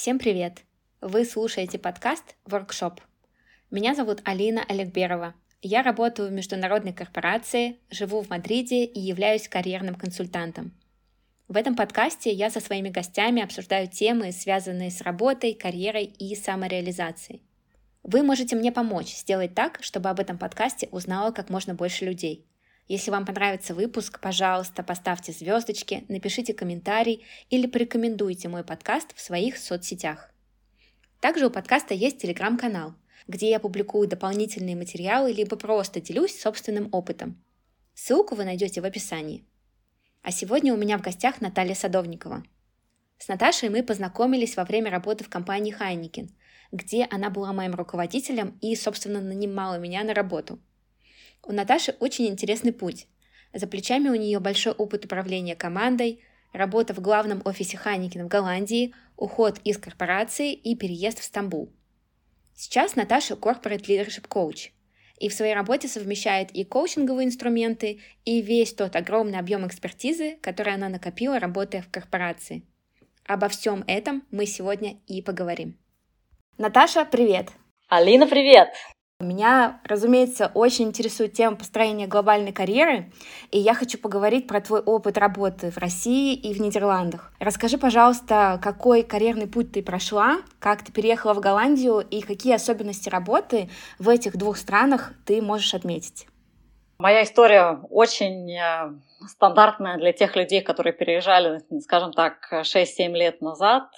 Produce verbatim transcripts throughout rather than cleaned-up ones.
Всем привет! Вы слушаете подкаст «Воркшоп». Меня зовут Алина Аликберова. Я работаю в международной корпорации, живу в Мадриде и являюсь карьерным консультантом. В этом подкасте я со своими гостями обсуждаю темы, связанные с работой, карьерой и самореализацией. Вы можете мне помочь сделать так, чтобы об этом подкасте узнало как можно больше людей. Если вам понравится выпуск, пожалуйста, поставьте звездочки, напишите комментарий или порекомендуйте мой подкаст в своих соцсетях. Также у подкаста есть телеграм-канал, где я публикую дополнительные материалы либо просто делюсь собственным опытом. Ссылку вы найдете в описании. А сегодня у меня в гостях Наталья Садовникова. С Наташей мы познакомились во время работы в компании Heineken, где она была моим руководителем и, собственно, нанимала меня на работу. У Наташи очень интересный путь. За плечами у нее большой опыт управления командой, работа в главном офисе Heineken в Голландии, уход из корпорации и переезд в Стамбул. Сейчас Наташа Corporate Leadership Coach и в своей работе совмещает и коучинговые инструменты, и весь тот огромный объем экспертизы, который она накопила, работая в корпорации. Обо всем этом мы сегодня и поговорим. Наташа, привет! Алина, привет! Меня, разумеется, очень интересует тема построения глобальной карьеры, и я хочу поговорить про твой опыт работы в России и в Нидерландах. Расскажи, пожалуйста, какой карьерный путь ты прошла, как ты переехала в Голландию и какие особенности работы в этих двух странах ты можешь отметить? Моя история очень стандартная для тех людей, которые переезжали, скажем так, шесть-семь лет назад.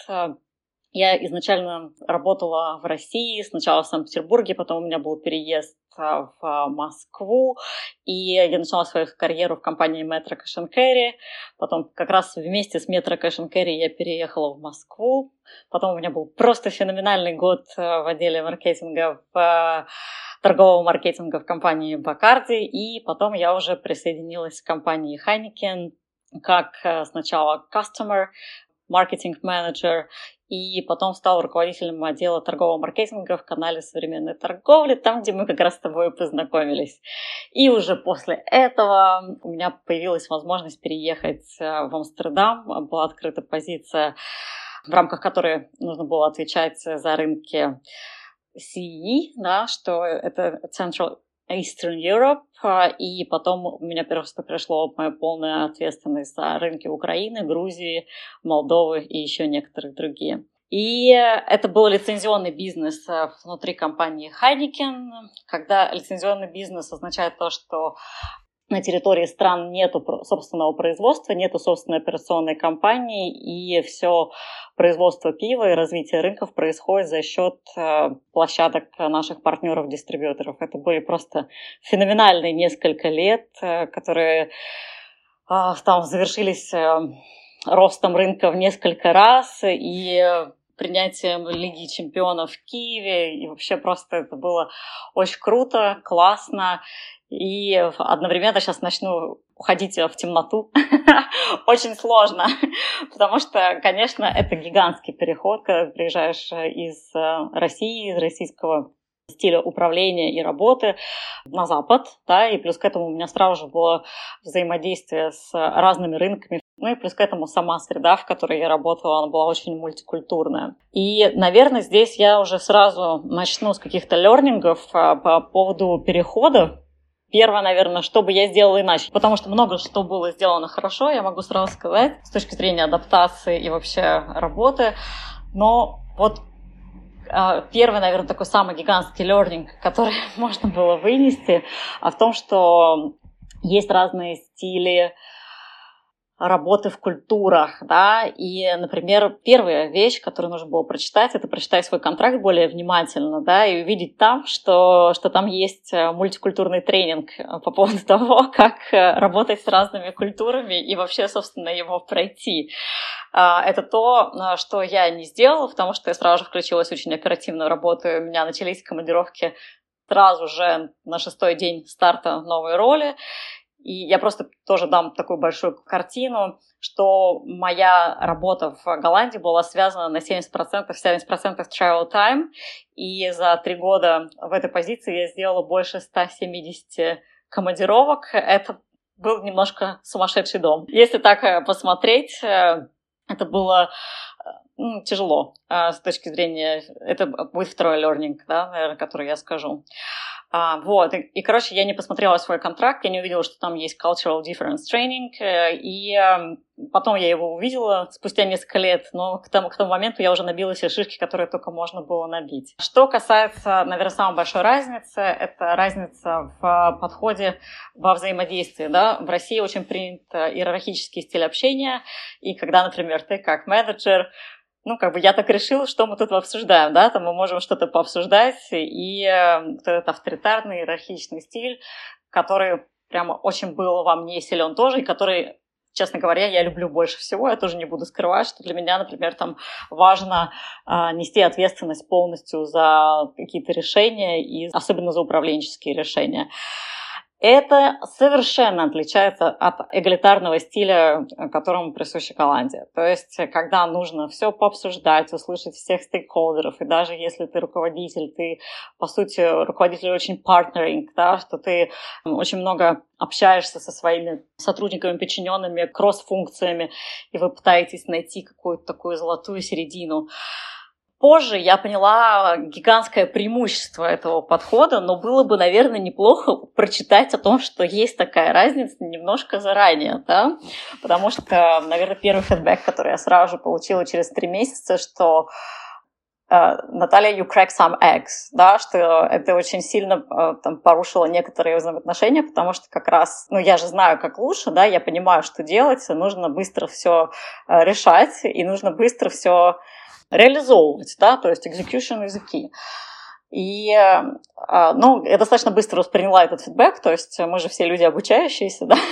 Я изначально работала в России, сначала в Санкт-Петербурге, потом у меня был переезд в Москву, и я начала свою карьеру в компании Metro Cash and Carry. Потом как раз вместе с Metro Cash and Carry я переехала в Москву. Потом у меня был просто феноменальный год в отделе маркетинга, в торгового маркетинга в компании Bacardi, и потом я уже присоединилась к компании Heineken как сначала customer, marketing manager, и потом стал руководителем отдела торгового маркетинга в канале современной торговли, там, где мы как раз с тобой познакомились. И уже после этого у меня появилась возможность переехать в Амстердам. Была открыта позиция, в рамках которой нужно было отвечать за рынки си и, да, что это Central Eastern Europe, и потом у меня просто пришло моя полная ответственность за рынки Украины, Грузии, Молдовы и еще некоторых другие. И это был лицензионный бизнес внутри компании Heineken, когда лицензионный бизнес означает то, что на территории стран нету собственного производства, нету собственной операционной компании, и все производство пива и развитие рынков происходит за счет площадок наших партнеров-дистрибьюторов. Это были просто феноменальные несколько лет, которые там завершились ростом рынка в несколько раз и принятием Лиги чемпионов в Киеве. И вообще просто это было очень круто, классно. И одновременно сейчас начну уходить в темноту. Очень сложно, потому что, конечно, это гигантский переход, когда ты приезжаешь из России, из российского стиля управления и работы на Запад, да, и плюс к этому у меня сразу же было взаимодействие с разными рынками, ну и плюс к этому сама среда, в которой я работала, она была очень мультикультурная. И, наверное, здесь я уже сразу начну с каких-то лернингов по поводу перехода. Первое, наверное, что бы я сделала иначе, потому что много что было сделано хорошо, я могу сразу сказать, с точки зрения адаптации и вообще работы, но вот первый, наверное, такой самый гигантский learning, который можно было вынести, в том, что есть разные стили работы в культурах, да, и, например, первая вещь, которую нужно было прочитать, это прочитать свой контракт более внимательно, да, и увидеть там, что, что там есть мультикультурный тренинг по поводу того, как работать с разными культурами и вообще, собственно, его пройти. Это то, что я не сделала, потому что я сразу же включилась очень оперативно в работу, у меня начались командировки сразу же на шестой день старта новой роли. И я просто тоже дам такую большую картину, что моя работа в Голландии была связана на семьдесят процентов, семьдесят процентов travel time, и за три года в этой позиции я сделала больше ста семидесяти командировок. Это был немножко сумасшедший дом. Если так посмотреть, Это было ну, тяжело с точки зрения... Это будет второй learning, да, наверное, который я скажу. А, вот, и, и, короче, я не посмотрела свой контракт, я не увидела, что там есть cultural difference training, и э, потом я его увидела спустя несколько лет, но к тому, к тому моменту я уже набила все шишки, которые только можно было набить. Что касается, наверное, самой большой разницы, это разница в подходе во взаимодействии, да. В России очень принят иерархический стиль общения, и когда, например, ты как менеджер, ну, как бы я так решила, что мы тут обсуждаем, да, там мы можем что-то пообсуждать, и э, вот этот авторитарный, иерархичный стиль, который прямо очень был во мне силен тоже, и который, честно говоря, я люблю больше всего, я тоже не буду скрывать, что для меня, например, там важно э, нести ответственность полностью за какие-то решения, и особенно за управленческие решения. Это совершенно отличается от эгалитарного стиля, которому присуща Голландия. То есть, когда нужно все пообсуждать, услышать всех стейкхолдеров, и даже если ты руководитель, ты, по сути, руководитель очень партнеринг, да, что ты очень много общаешься со своими сотрудниками, подчиненными, кросс-функциями, и вы пытаетесь найти какую-то такую золотую середину. Позже я поняла гигантское преимущество этого подхода, но было бы, наверное, неплохо прочитать о том, что есть такая разница немножко заранее, да? Потому что, наверное, первый фидбэк, который я сразу же получила через три месяца, что Наталья, you crack some eggs, да, что это очень сильно там, порушило некоторые взаимоотношения, потому что как раз, ну, я же знаю, как лучше, да, я понимаю, что делать, нужно быстро все решать, и нужно быстро все реализовывать, да, то есть execution is the key. И, ну, я достаточно быстро восприняла этот фидбэк, то есть мы же все люди обучающиеся, да,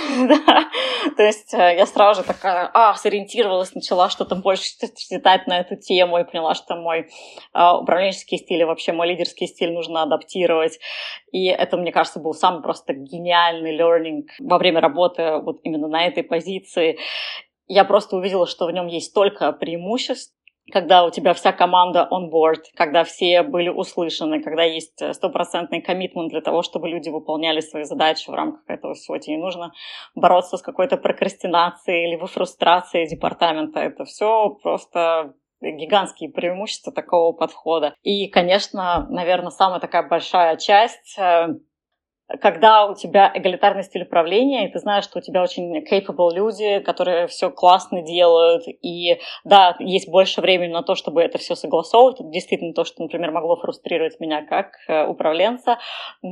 то есть я сразу же такая, а, сориентировалась, начала что-то больше читать на эту тему и поняла, что мой управленческий стиль и вообще мой лидерский стиль нужно адаптировать. И это, мне кажется, был самый просто гениальный learning во время работы вот именно на этой позиции. Я просто увидела, что в нем есть столько преимуществ, когда у тебя вся команда on board, когда все были услышаны, когда есть стопроцентный коммитмент для того, чтобы люди выполняли свои задачи в рамках этого всего. Тебе не нужно бороться с какой-то прокрастинацией или фрустрацией департамента. Это все просто гигантские преимущества такого подхода. И, конечно, наверное, самая такая большая часть — когда у тебя эгалитарный стиль управления, и ты знаешь, что у тебя очень capable люди, которые все классно делают, и да, есть больше времени на то, чтобы это все согласовывать. Это действительно то, что, например, могло фрустрировать меня как управленца,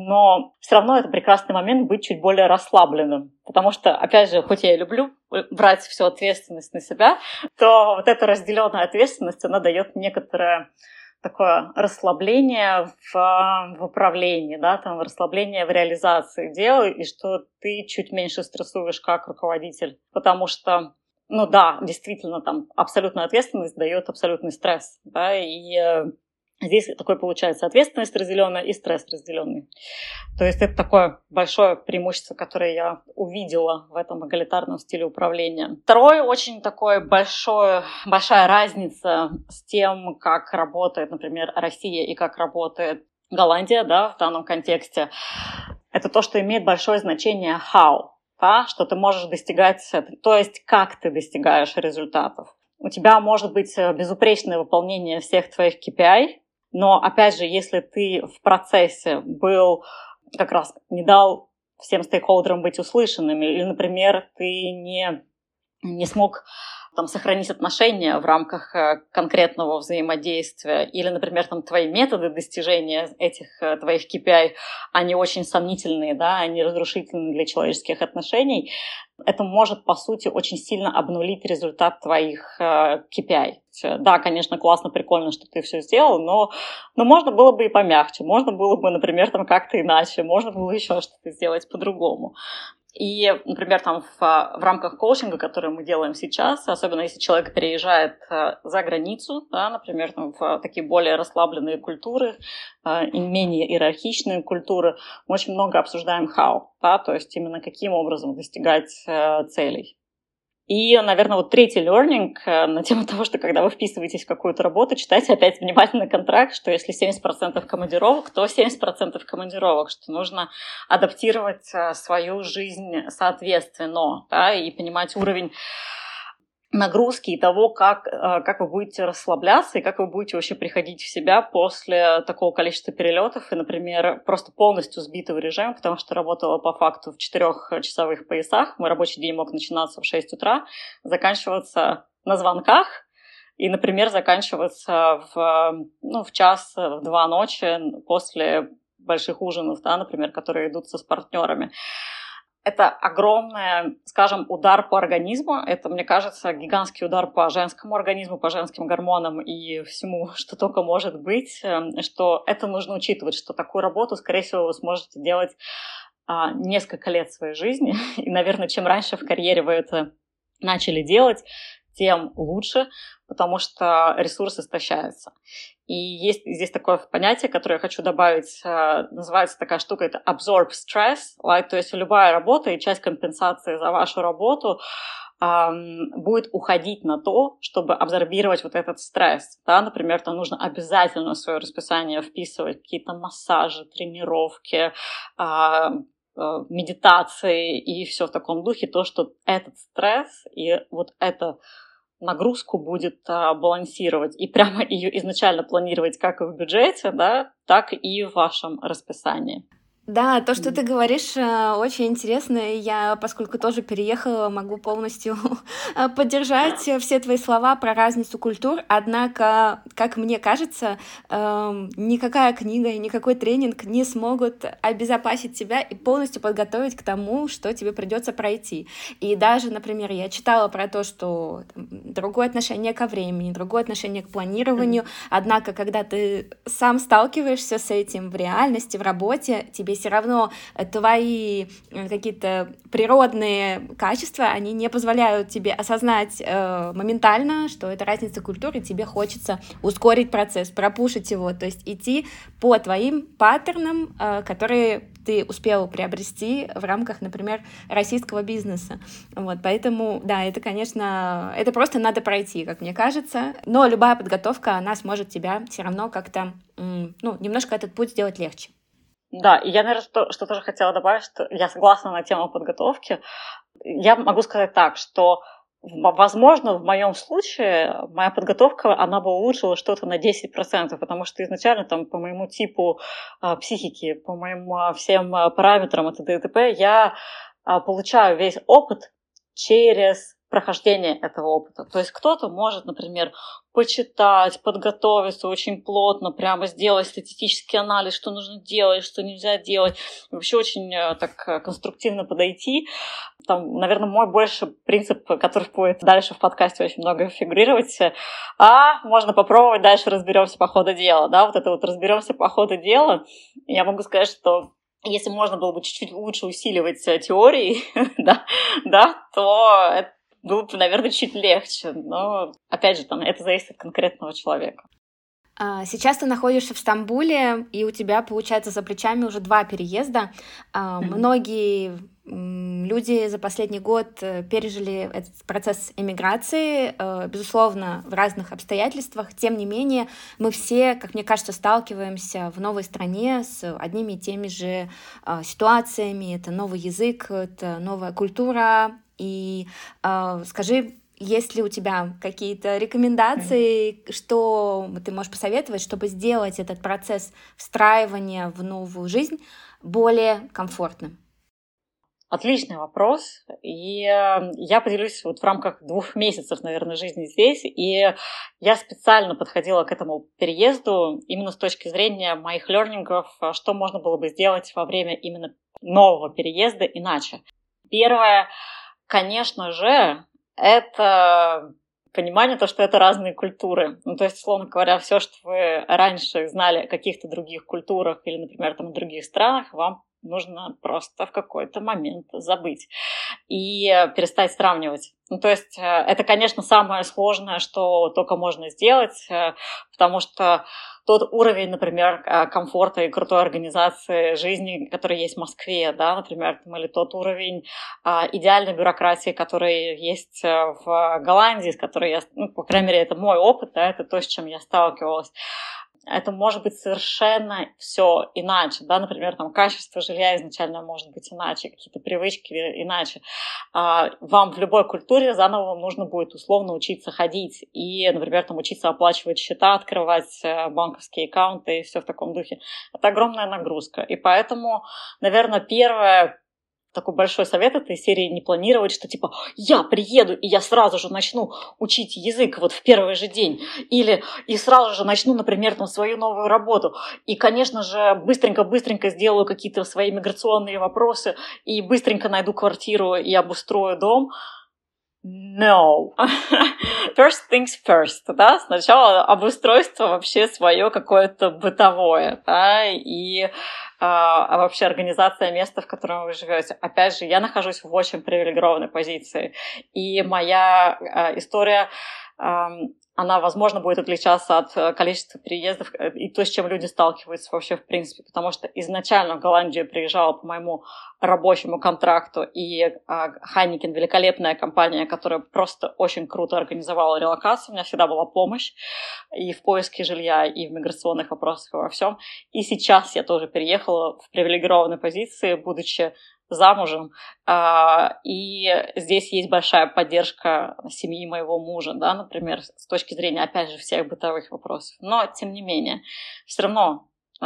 но все равно это прекрасный момент быть чуть более расслабленным, потому что, опять же, хоть я и люблю брать всю ответственность на себя, то вот эта разделенная ответственность, она дает некоторое такое расслабление в, в управлении, да, там, расслабление в реализации дел, и что ты чуть меньше стрессуешь как руководитель, потому что, ну да, действительно, там абсолютная ответственность дает абсолютный стресс, да, и э, здесь такой получается ответственность разделенная и стресс разделенный. То есть это такое большое преимущество, которое я увидела в этом эгалитарном стиле управления. Второе, очень такое большое, большая разница с тем, как работает, например, Россия и как работает Голландия, да, в данном контексте, это то, что имеет большое значение how, да, что ты можешь достигать, то есть как ты достигаешь результатов. У тебя может быть безупречное выполнение всех твоих кей пи ай, но, опять же, если ты в процессе был, как раз не дал всем стейкхолдерам быть услышанными, или, например, ты не, не смог там, сохранить отношения в рамках конкретного взаимодействия, или, например, там, твои методы достижения этих твоих кей пи ай, они очень сомнительные, да, они разрушительны для человеческих отношений, это может, по сути, очень сильно обнулить результат твоих э, кей пи ай. Да, конечно, классно, прикольно, что ты все сделал, но, но можно было бы и помягче, можно было бы, например, там как-то иначе, можно было еще что-то сделать по-другому. И, например, там в, в рамках коучинга, который мы делаем сейчас, особенно если человек переезжает за границу, да, например, там, в такие более расслабленные культуры, и менее иерархичные культуры, мы очень много обсуждаем how, да, то есть именно каким образом достигать целей. И, наверное, вот третий learning на тему того, что когда вы вписываетесь в какую-то работу, читайте опять внимательно контракт, что если семьдесят процентов командировок, то семьдесят процентов командировок, что нужно адаптировать свою жизнь соответственно, да, и понимать уровень нагрузки и того, как, как вы будете расслабляться и как вы будете вообще приходить в себя после такого количества перелетов и, например, просто полностью сбитого режима, потому что работала по факту в четырехчасовых поясах. Мой рабочий день мог начинаться в шесть утра, заканчиваться на звонках и, например, заканчиваться в, ну, в час, в два ночи после больших ужинов, да, например, которые идут с партнерами. Это огромный, скажем, удар по организму. Это, мне кажется, гигантский удар по женскому организму, по женским гормонам и всему, что только может быть, что это нужно учитывать, что такую работу, скорее всего, вы сможете делать а, несколько лет своей жизни. И, наверное, чем раньше в карьере вы это начали делать, тем лучше, потому что ресурс истощается. И есть здесь такое понятие, которое я хочу добавить, называется такая штука, это absorb stress, right? То есть любая работа и часть компенсации за вашу работу эм, будет уходить на то, чтобы абсорбировать вот этот стресс. Да? Например, там нужно обязательно в свое расписание вписывать какие-то массажи, тренировки, э, медитации и все в таком духе, то, что этот стресс и вот это нагрузку будет а, балансировать и прямо ее изначально планировать как в бюджете, да, так и в вашем расписании. Да, то, что ты говоришь, очень интересно. Я, поскольку тоже переехала, могу полностью поддержать все твои слова про разницу культур. Однако, как мне кажется, никакая книга и никакой тренинг не смогут обезопасить тебя и полностью подготовить к тому, что тебе придется пройти. И даже, например, я читала про то, что там, другое отношение ко времени, другое отношение к планированию. Mm-hmm. Однако, когда ты сам сталкиваешься с этим в реальности, в работе, тебе все равно твои какие-то природные качества, они не позволяют тебе осознать э, моментально, что это разница культуры, тебе хочется ускорить процесс, пропушить его, то есть идти по твоим паттернам, э, которые ты успел приобрести в рамках, например, российского бизнеса. Вот, поэтому, да, это, конечно, это просто надо пройти, как мне кажется, но любая подготовка, она сможет тебя все равно как-то, ну, немножко этот путь сделать легче. Да, и я, наверное, что, что тоже хотела добавить, что я согласна на тему подготовки. Я могу сказать так, что, возможно, в моем случае моя подготовка, она бы улучшила что-то на десять процентов, потому что изначально там по моему типу а, психики, по моим а, всем а, параметрам и т.д. и т.п. я а, получаю весь опыт через прохождение этого опыта. То есть кто-то может, например, почитать, подготовиться очень плотно, прямо сделать статистический анализ, что нужно делать, что нельзя делать. Вообще очень так конструктивно подойти. Там, наверное, мой больше принцип, который будет дальше в подкасте очень много фигурировать. А можно попробовать, дальше разберемся по ходу дела. Да, вот это вот разберемся по ходу дела. Я могу сказать, что если можно было бы чуть-чуть лучше усиливать теории, да, да, то это было бы, наверное, чуть легче, но, опять же, там, это зависит от конкретного человека. Сейчас ты находишься в Стамбуле, и у тебя, получается, за плечами уже два переезда. Mm-hmm. Многие люди за последний год пережили этот процесс эмиграции, безусловно, в разных обстоятельствах. Тем не менее, мы все, как мне кажется, сталкиваемся в новой стране с одними и теми же ситуациями. Это новый язык, это новая культура. И э, скажи, есть ли у тебя какие-то рекомендации, mm-hmm. что ты можешь посоветовать, чтобы сделать этот процесс встраивания в новую жизнь более комфортным? Отличный вопрос. И э, я поделюсь вот в рамках двух месяцев, наверное, жизни здесь. И я специально подходила к этому переезду именно с точки зрения моих лернингов, что можно было бы сделать во время именно нового переезда иначе. Первое, конечно же, это понимание, то, что это разные культуры. Ну, то есть, условно говоря, все, что вы раньше знали о каких-то других культурах или, например, там, в других странах, вам нужно просто в какой-то момент забыть и перестать сравнивать. Ну, то есть, это, конечно, самое сложное, что только можно сделать, потому что тот уровень, например, комфорта и крутой организации жизни, который есть в Москве, да, например, или тот уровень идеальной бюрократии, который есть в Голландии, с которой я, ну, по крайней мере, это мой опыт, да, это то, с чем я сталкивалась. это может быть совершенно все иначе, да, например, там качество жилья изначально может быть иначе, какие-то привычки иначе. Вам в любой культуре заново нужно будет условно учиться ходить и, например, там учиться оплачивать счета, открывать банковские аккаунты и все в таком духе. Это огромная нагрузка. И поэтому, наверное, первое, такой большой совет этой серии — не планировать, что типа я приеду и я сразу же начну учить язык вот в первый же день, или и сразу же начну, например, там свою новую работу, и, конечно же, быстренько-быстренько сделаю какие-то свои миграционные вопросы и быстренько найду квартиру и обустрою дом. No. First things first, да, сначала обустройство вообще свое какое-то бытовое, да, и а вообще организация места, в котором вы живете. Опять же, я нахожусь в очень привилегированной позиции, и моя а, история, а, она, возможно, будет отличаться от количества переездов и то, с чем люди сталкиваются вообще в принципе, потому что изначально в Голландию я приезжала по моему рабочему контракту, и а, Heineken — великолепная компания, которая просто очень круто организовала релокацию. У меня всегда была помощь и в поиске жилья, и в миграционных вопросах, и во всем. И сейчас я тоже переехала в привилегированной позиции, будучи замужем, и здесь есть большая поддержка семьи моего мужа, да, например, с точки зрения, опять же, всех бытовых вопросов. Но, тем не менее, все равно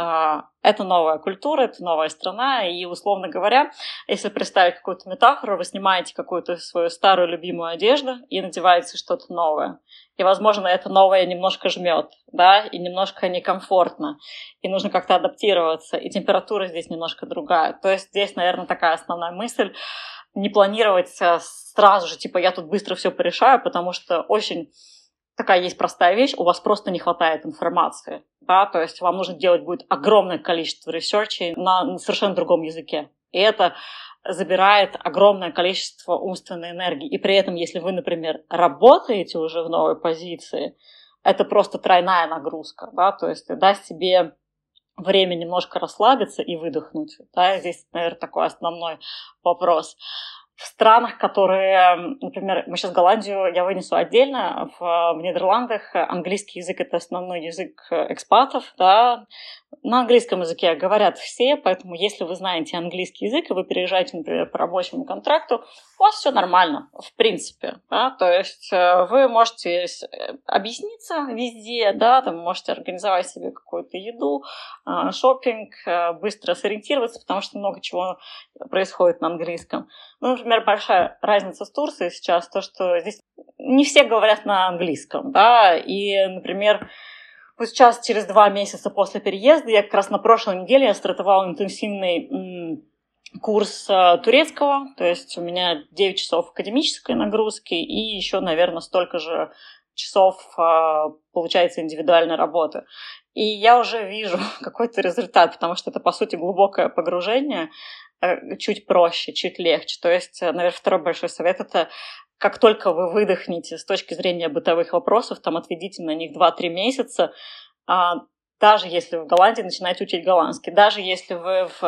это новая культура, это новая страна, и, условно говоря, если представить какую-то метафору, вы снимаете какую-то свою старую любимую одежду и надеваете что-то новое. И, возможно, это новое немножко жмет, да, и немножко некомфортно, и нужно как-то адаптироваться, и температура здесь немножко другая. То есть здесь, наверное, такая основная мысль — не планировать сразу же, типа, я тут быстро все порешаю, потому что очень такая есть простая вещь, у вас просто не хватает информации, да, то есть вам нужно делать будет огромное количество ресерчей на совершенно другом языке, и это забирает огромное количество умственной энергии, и при этом, если вы, например, работаете уже в новой позиции, это просто тройная нагрузка, да, то есть даст себе время немножко расслабиться и выдохнуть, да, здесь, наверное, такой основной вопрос. В странах, которые, например, мы сейчас Голландию я вынесу отдельно, в, в Нидерландах английский язык — это основной язык экспатов, да, на английском языке говорят все, поэтому если вы знаете английский язык и вы переезжаете, например, по рабочему контракту, у вас все нормально, в принципе, да, то есть вы можете объясниться везде, да, там можете организовать себе какую-то еду, шопинг, быстро сориентироваться, потому что много чего происходит на английском. Ну, например, большая разница с Турцией сейчас, то, что здесь не все говорят на английском, да, и, например, вот сейчас, через два месяца после переезда, я как раз на прошлой неделе я стартовала интенсивный м, курс а, турецкого, то есть у меня девять часов академической нагрузки и еще, наверное, столько же часов, а, получается, индивидуальной работы. И я уже вижу какой-то результат, потому что это, по сути, глубокое погружение, чуть проще, чуть легче. То есть, наверное, второй большой совет — это как только вы выдохнете с точки зрения бытовых вопросов, там отведите на них два-три месяца, а, даже если вы в Голландии начинаете учить голландский, даже если вы, в,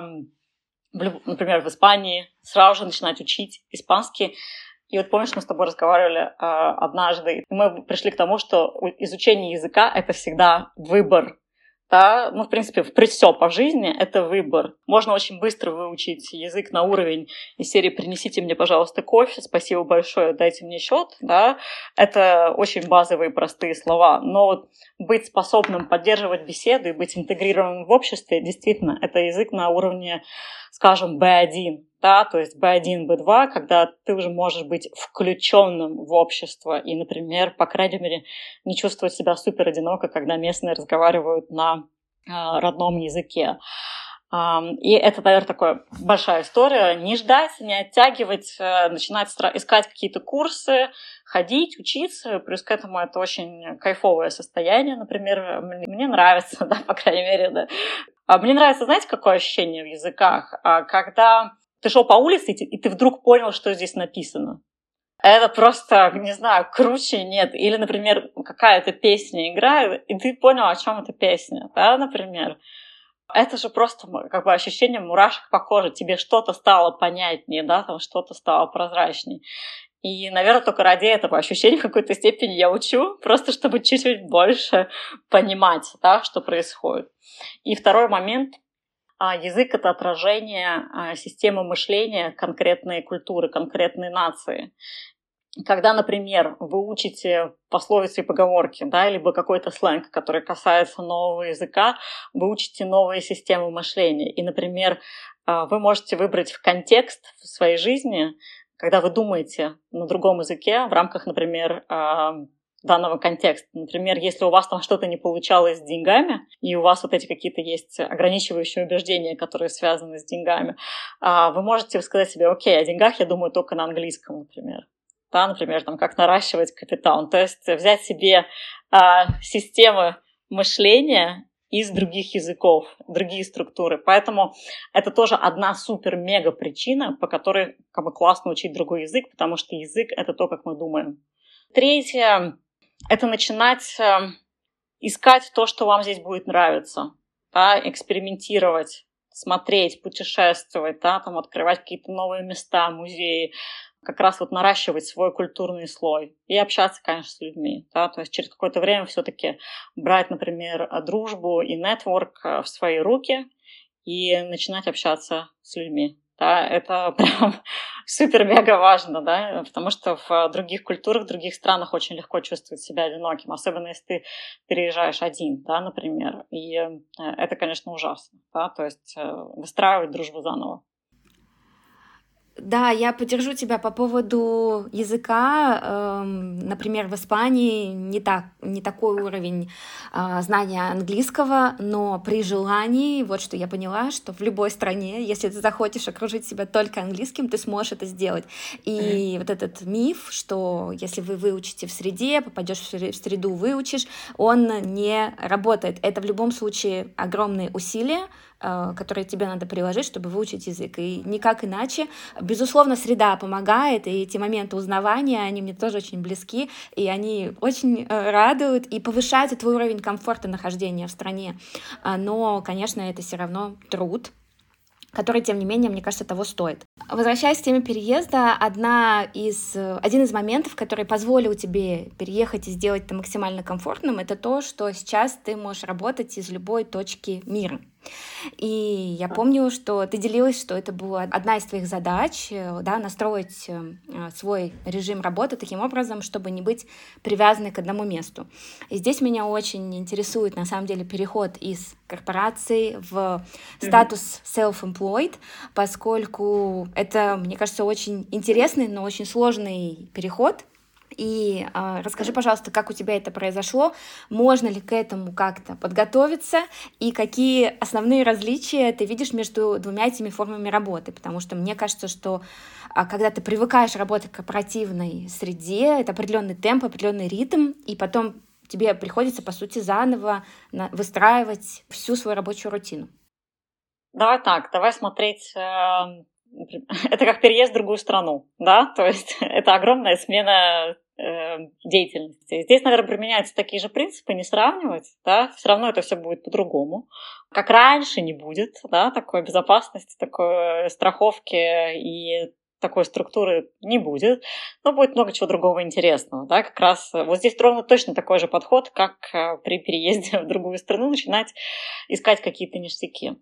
в, например, в Испании сразу же начинаете учить испанский. И вот помнишь, мы с тобой разговаривали а, однажды, и мы пришли к тому, что изучение языка — это всегда выбор. Да, ну, в принципе, при все по жизни это выбор. Можно очень быстро выучить язык на уровень из серии «Принесите мне, пожалуйста, кофе, спасибо большое, дайте мне счет». Да? Это очень базовые простые слова. Но вот быть способным поддерживать беседы и быть интегрированным в обществе, действительно, это язык на уровне, скажем, би один. Да, то есть би один, би два, когда ты уже можешь быть включенным в общество и, например, по крайней мере, не чувствовать себя супер одиноко, когда местные разговаривают на э, родном языке. Э, и это, наверное, такая большая история. Не ждать, не оттягивать, э, начинать стра- искать какие-то курсы, ходить, учиться. Плюс к этому это очень кайфовое состояние, например. Мне, мне нравится, да, по крайней мере, да. А мне нравится, знаете, какое ощущение в языках? А, когда ты шел по улице, и ты вдруг понял, что здесь написано. Это просто, не знаю, круче нет. Или, например, какая-то песня играет, и ты понял, о чем эта песня, да, например. Это же просто как бы ощущение мурашек по коже. Тебе что-то стало понятнее, да, там что-то стало прозрачнее. И, наверное, только ради этого ощущения в какой-то степени я учу, просто чтобы чуть-чуть больше понимать, да, что происходит. И второй момент. Язык — это отражение системы мышления конкретной культуры, конкретной нации. Когда, например, вы учите пословицы и поговорки, да, либо какой-то сленг, который касается нового языка, вы учите новые системы мышления. И, например, вы можете выбрать в контекст в своей жизни, когда вы думаете на другом языке в рамках, например, данного контекста. Например, если у вас там что-то не получалось с деньгами, и у вас вот эти какие-то есть ограничивающие убеждения, которые связаны с деньгами, вы можете сказать себе: окей, о деньгах я думаю только на английском, например. Да, например, там, как наращивать капитал. То есть взять себе а, системы мышления из других языков, другие структуры. Поэтому это тоже одна супер-мега причина, по которой как бы, классно учить другой язык, потому что язык — это то, как мы думаем. Третье — это начинать э, искать то, что вам здесь будет нравиться, да, экспериментировать, смотреть, путешествовать, да, там, открывать какие-то новые места, музеи, как раз вот наращивать свой культурный слой и общаться, конечно, с людьми. Да? То есть через какое-то время все-таки брать, например, дружбу и нетворк в свои руки и начинать общаться с людьми. Да? Это прям супер-мега важно, да? Потому что в других культурах, в других странах очень легко чувствовать себя одиноким, особенно если ты переезжаешь один, да, например. И это, конечно, ужасно. Да? То есть выстраивать дружбу заново. Да, я поддержу тебя по поводу языка. Эм, например, в Испании не, так, не такой уровень э, знания английского, но при желании, вот что я поняла, что в любой стране, если ты захочешь окружить себя только английским, ты сможешь это сделать. И mm-hmm. вот этот миф, что если вы выучите в среде, попадешь в среду, выучишь, он не работает. Это в любом случае огромные усилия, которые тебе надо приложить, чтобы выучить язык. И никак иначе. Безусловно, среда помогает, и эти моменты узнавания, они мне тоже очень близки, и они очень радуют и повышают твой уровень комфорта нахождения в стране. Но, конечно, это все равно труд, который, тем не менее, мне кажется, того стоит. Возвращаясь к теме переезда, одна из, один из моментов, который позволил тебе переехать и сделать это максимально комфортным, это то, что сейчас ты можешь работать из любой точки мира. И я помню, что ты делилась, что это была одна из твоих задач, да, настроить свой режим работы таким образом, чтобы не быть привязанной к одному месту. И здесь меня очень интересует, на самом деле, переход из корпорации в статус self-employed, поскольку это, мне кажется, очень интересный, но очень сложный переход. И э, расскажи, пожалуйста, как у тебя это произошло, можно ли к этому как-то подготовиться, и какие основные различия ты видишь между двумя этими формами работы, потому что мне кажется, что э, когда ты привыкаешь работать в корпоративной среде, это определенный темп, определенный ритм, и потом тебе приходится, по сути, заново на- выстраивать всю свою рабочую рутину. Давай так, давай смотреть... Э... Это как переезд в другую страну, да, то есть это огромная смена э, деятельности. Здесь, наверное, применяются такие же принципы, не сравнивать, да, все равно это все будет по-другому. Как раньше не будет, да, такой безопасности, такой страховки и такой структуры не будет, но будет много чего другого интересного, да, как раз вот здесь ровно точно такой же подход, как при переезде в другую страну начинать искать какие-то ништяки.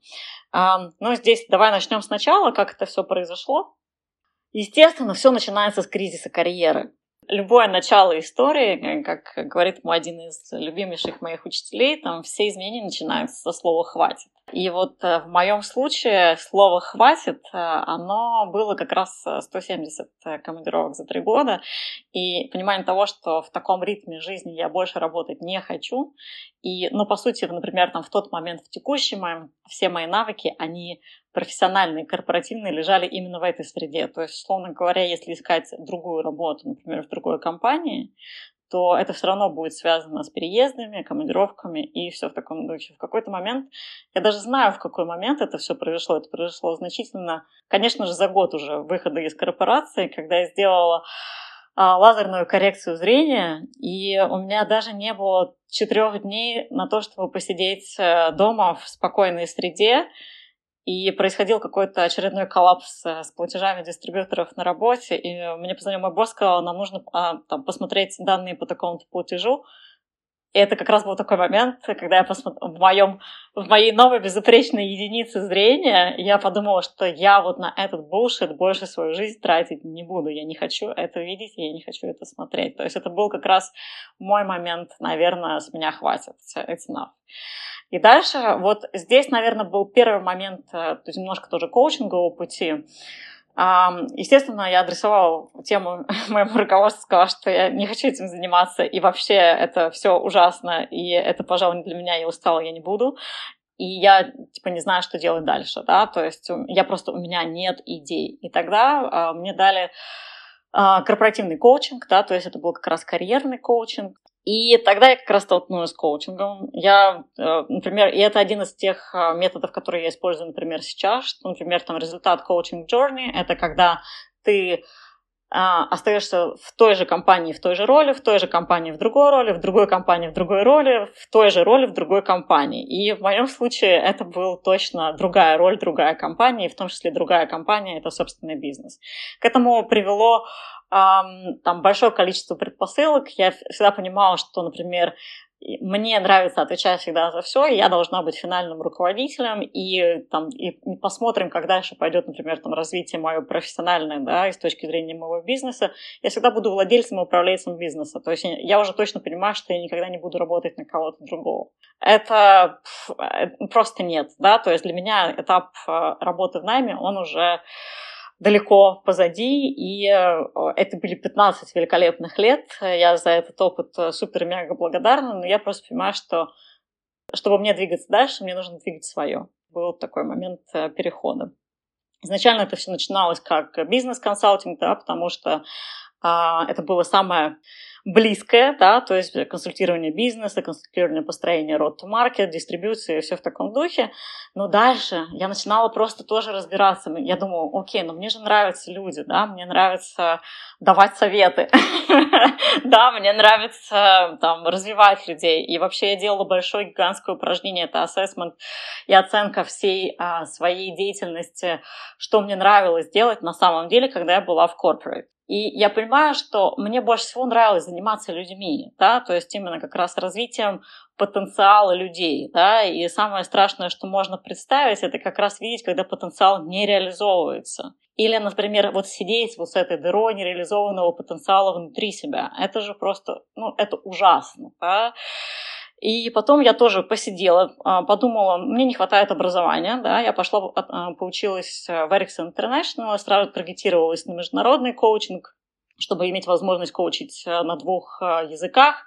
Но здесь давай начнем сначала, как это все произошло. Естественно, все начинается с кризиса карьеры. Любое начало истории, как говорит мой один из любимейших моих учителей, там все изменения начинаются со слова «хватит». И вот в моем случае слово «хватит», оно было как раз сто семьдесят командировок за три года. И понимание того, что в таком ритме жизни я больше работать не хочу. И, ну, по сути, например, там в тот момент, в текущий момент, все мои навыки, они профессиональные, корпоративные, лежали именно в этой среде. То есть, условно говоря, если искать другую работу, например, в другой компании, то это все равно будет связано с переездами, командировками и все в таком духе. В какой-то момент, я даже знаю, в какой момент это все произошло. Это произошло значительно, конечно же, за год уже выхода из корпорации, когда я сделала а, лазерную коррекцию зрения, и у меня даже не было четырех дней на то, чтобы посидеть дома в спокойной среде и происходил какой-то очередной коллапс с платежами дистрибьюторов на работе, и мне позвонил мой босс, сказал, нам нужно а, там, посмотреть данные по такому-то платежу. И это как раз был такой момент, когда я посмотрела в, моем, в моей новой безупречной единице зрения, я подумала, что я вот на этот bullshit больше свою жизнь тратить не буду. Я не хочу это видеть, я не хочу это смотреть. То есть это был как раз мой момент, наверное, с меня хватит, it's enough. И дальше вот здесь, наверное, был первый момент, то есть немножко тоже коучингового пути. Естественно, я адресовала тему моему руководству, сказала, что я не хочу этим заниматься, и вообще это все ужасно, и это, пожалуй, не для меня, я устала, я не буду. И я, типа, не знаю, что делать дальше, да, то есть я просто, у меня нет идей. И тогда а, мне дали а, корпоративный коучинг, да, то есть это был как раз карьерный коучинг. И тогда я как раз столкнулась с коучингом. Я, например, и это один из тех методов, которые я использую, например, сейчас, что, например, там результат коучинг journey — это когда ты а, остаешься в той же компании, в той же роли, в той же компании, в другой роли, в другой компании, в другой роли, в той же роли, в другой компании. И в моем случае это была точно другая роль, другая компания, и в том числе другая компания — это собственный бизнес. К этому привело там большое количество предпосылок. Я всегда понимала, что, например, мне нравится отвечать всегда за все, и я должна быть финальным руководителем, и, там, и посмотрим, как дальше пойдет, например, там, развитие мое профессиональное, да, и с точки зрения моего бизнеса. Я всегда буду владельцем и управленцем бизнеса. То есть я уже точно понимаю, что я никогда не буду работать на кого-то другого. Это просто нет, да, то есть для меня этап работы в найме, он уже далеко позади, и это были пятнадцать великолепных лет. Я за этот опыт супер-мега благодарна, но я просто понимаю, что чтобы мне двигаться дальше, мне нужно двигать свое. Был такой момент перехода. Изначально это все начиналось как бизнес-консалтинг, да, потому что а, это было самое близкое, да, то есть консультирование бизнеса, консультирование построения road to market, дистрибьюции, все в таком духе. Но дальше я начинала просто тоже разбираться. Я думала, окей, но мне же нравятся люди, да, мне нравится давать советы, да, мне нравится там развивать людей. И вообще я делала большое гигантское упражнение, это ассессмент и оценка всей своей деятельности, что мне нравилось делать на самом деле, когда я была в corporate. И я понимаю, что мне больше всего нравилось заниматься людьми, да, то есть именно как раз развитием потенциала людей, да, и самое страшное, что можно представить, это как раз видеть, когда потенциал не реализовывается. Или, например, вот сидеть вот с этой дырой нереализованного потенциала внутри себя. Это же просто, ну, это ужасно, да. И потом я тоже посидела, подумала, мне не хватает образования, да, я пошла, поучилась в Ericsson International, сразу таргетировалась на международный коучинг, чтобы иметь возможность коучить на двух языках,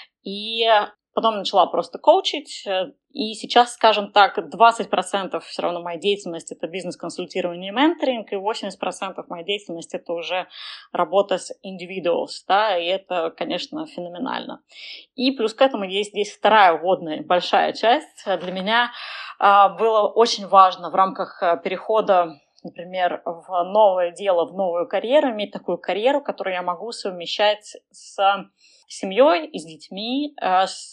и потом начала просто коучить, и сейчас, скажем так, двадцать процентов все равно моей деятельности — это бизнес-консультирование и менторинг, и восемьдесят процентов моей деятельности — это уже работа с individuals, да, и это, конечно, феноменально. И плюс к этому есть здесь вторая вводная большая часть. Для меня было очень важно в рамках перехода, например, в новое дело, в новую карьеру, иметь такую карьеру, которую я могу совмещать с семьей и с детьми, с,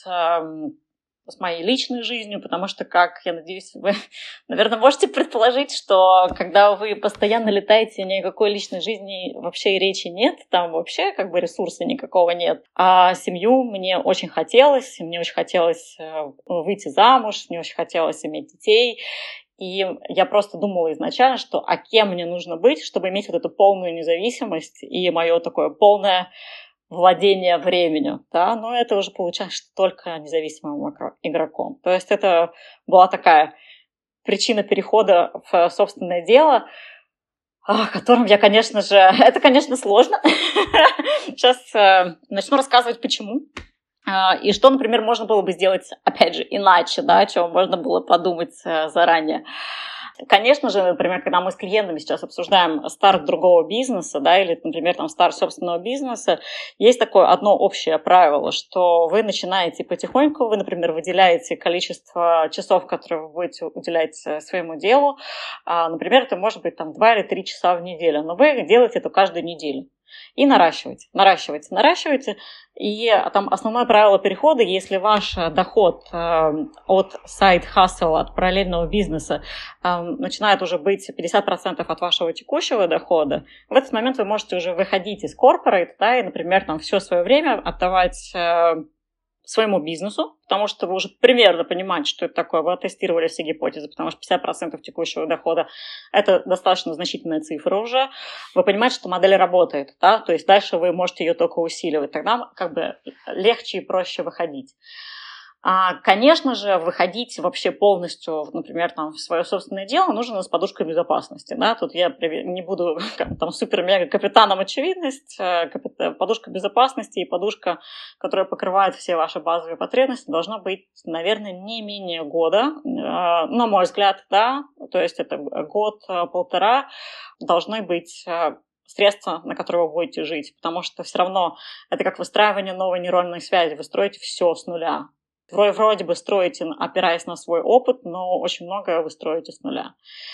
с моей личной жизнью, потому что, как, я надеюсь, вы, наверное, можете предположить, что когда вы постоянно летаете, никакой личной жизни вообще и речи нет, там вообще как бы ресурса никакого нет. А семью мне очень хотелось, мне очень хотелось выйти замуж, мне очень хотелось иметь детей. И я просто думала изначально, что а кем мне нужно быть, чтобы иметь вот эту полную независимость и мое такое полное владение временем, да, но это уже получается только независимым игроком. То есть это была такая причина перехода в собственное дело, о котором я, конечно же, это, конечно, сложно. Сейчас начну рассказывать, почему. И что, например, можно было бы сделать, опять же, иначе, да, о чем можно было подумать заранее. Конечно же, например, когда мы с клиентами сейчас обсуждаем старт другого бизнеса, да, или, например, там старт собственного бизнеса, есть такое одно общее правило, что вы начинаете потихоньку, вы, например, выделяете количество часов, которые вы будете уделять своему делу, например, это может быть там два или три часа в неделю, но вы делаете это каждую неделю. И наращивайте, наращивайте, наращивайте. И там основное правило перехода, если ваш доход э, от сайд-хасла, от параллельного бизнеса э, начинает уже быть пятьдесят процентов от вашего текущего дохода, в этот момент вы можете уже выходить из corporate, да, и, например, там все свое время отдавать э, своему бизнесу, потому что вы уже примерно понимаете, что это такое, вы оттестировали все гипотезы, потому что пятьдесят процентов текущего дохода – это достаточно значительная цифра уже. Вы понимаете, что модель работает, да, то есть дальше вы можете ее только усиливать, тогда как бы легче и проще выходить. А, конечно же, выходить вообще полностью, например, там, в свое собственное дело нужно с подушкой безопасности. Да? Тут я не буду там супер-мега-капитаном очевидность. Подушка безопасности и подушка, которая покрывает все ваши базовые потребности, должна быть, наверное, не менее года, на мой взгляд, да, то есть это год-полтора должны быть средства, на которые вы будете жить, потому что все равно это как выстраивание новой нейронной связи, вы строите все с нуля. Вы вроде бы строите, опираясь на свой опыт, но очень многое вы строите с нуля.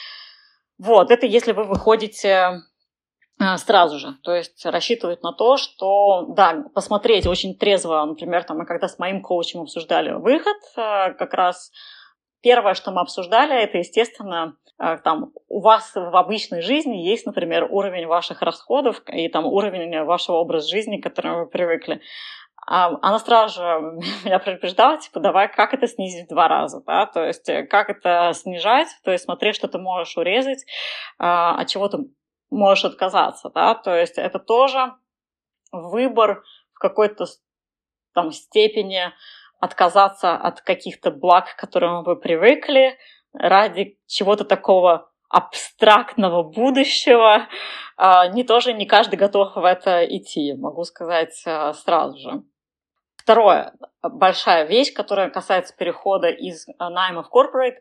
Вот, это если вы выходите сразу же, то есть рассчитывать на то, что, да, посмотреть очень трезво, например, там, мы когда с моим коучем обсуждали выход, как раз первое, что мы обсуждали, это, естественно, там, у вас в обычной жизни есть, например, уровень ваших расходов и там уровень вашего образа жизни, к которому вы привыкли. Она сразу же меня предупреждала, типа, давай, как это снизить в два раза, да, то есть как это снижать, то есть смотри, что ты можешь урезать, от чего ты можешь отказаться, да, то есть это тоже выбор в какой-то там степени отказаться от каких-то благ, к которым вы привыкли, ради чего-то такого абстрактного будущего. Не тоже не каждый готов в это идти, могу сказать сразу же. Второе, большая вещь, которая касается перехода из найма в corporate.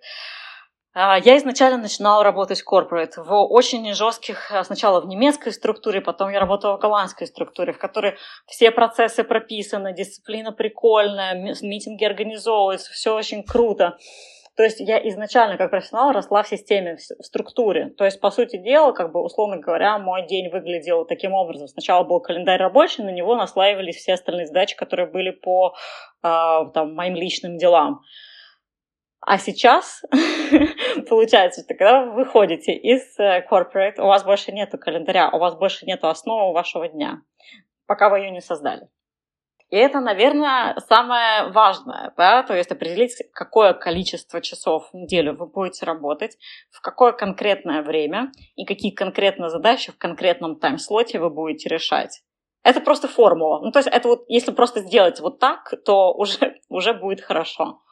Я изначально начинала работать в corporate, в очень жестких, сначала в немецкой структуре, потом я работала в голландской структуре, в которой все процессы прописаны, дисциплина прикольная, митинги организовываются, все очень круто. То есть я изначально как профессионал росла в системе, в структуре. То есть, по сути дела, как бы, условно говоря, мой день выглядел таким образом. Сначала был календарь рабочий, на него наслаивались все остальные задачи, которые были по там, моим личным делам. А сейчас, получается, что когда вы выходите из corporate, у вас больше нету календаря, у вас больше нету основы вашего дня, пока вы ее не создали. И это, наверное, самое важное, да, то есть определить, какое количество часов в неделю вы будете работать, в какое конкретное время и какие конкретные задачи в конкретном тайм-слоте вы будете решать. Это просто формула. Ну, то есть это вот, если просто сделать вот так, то уже, уже будет хорошо.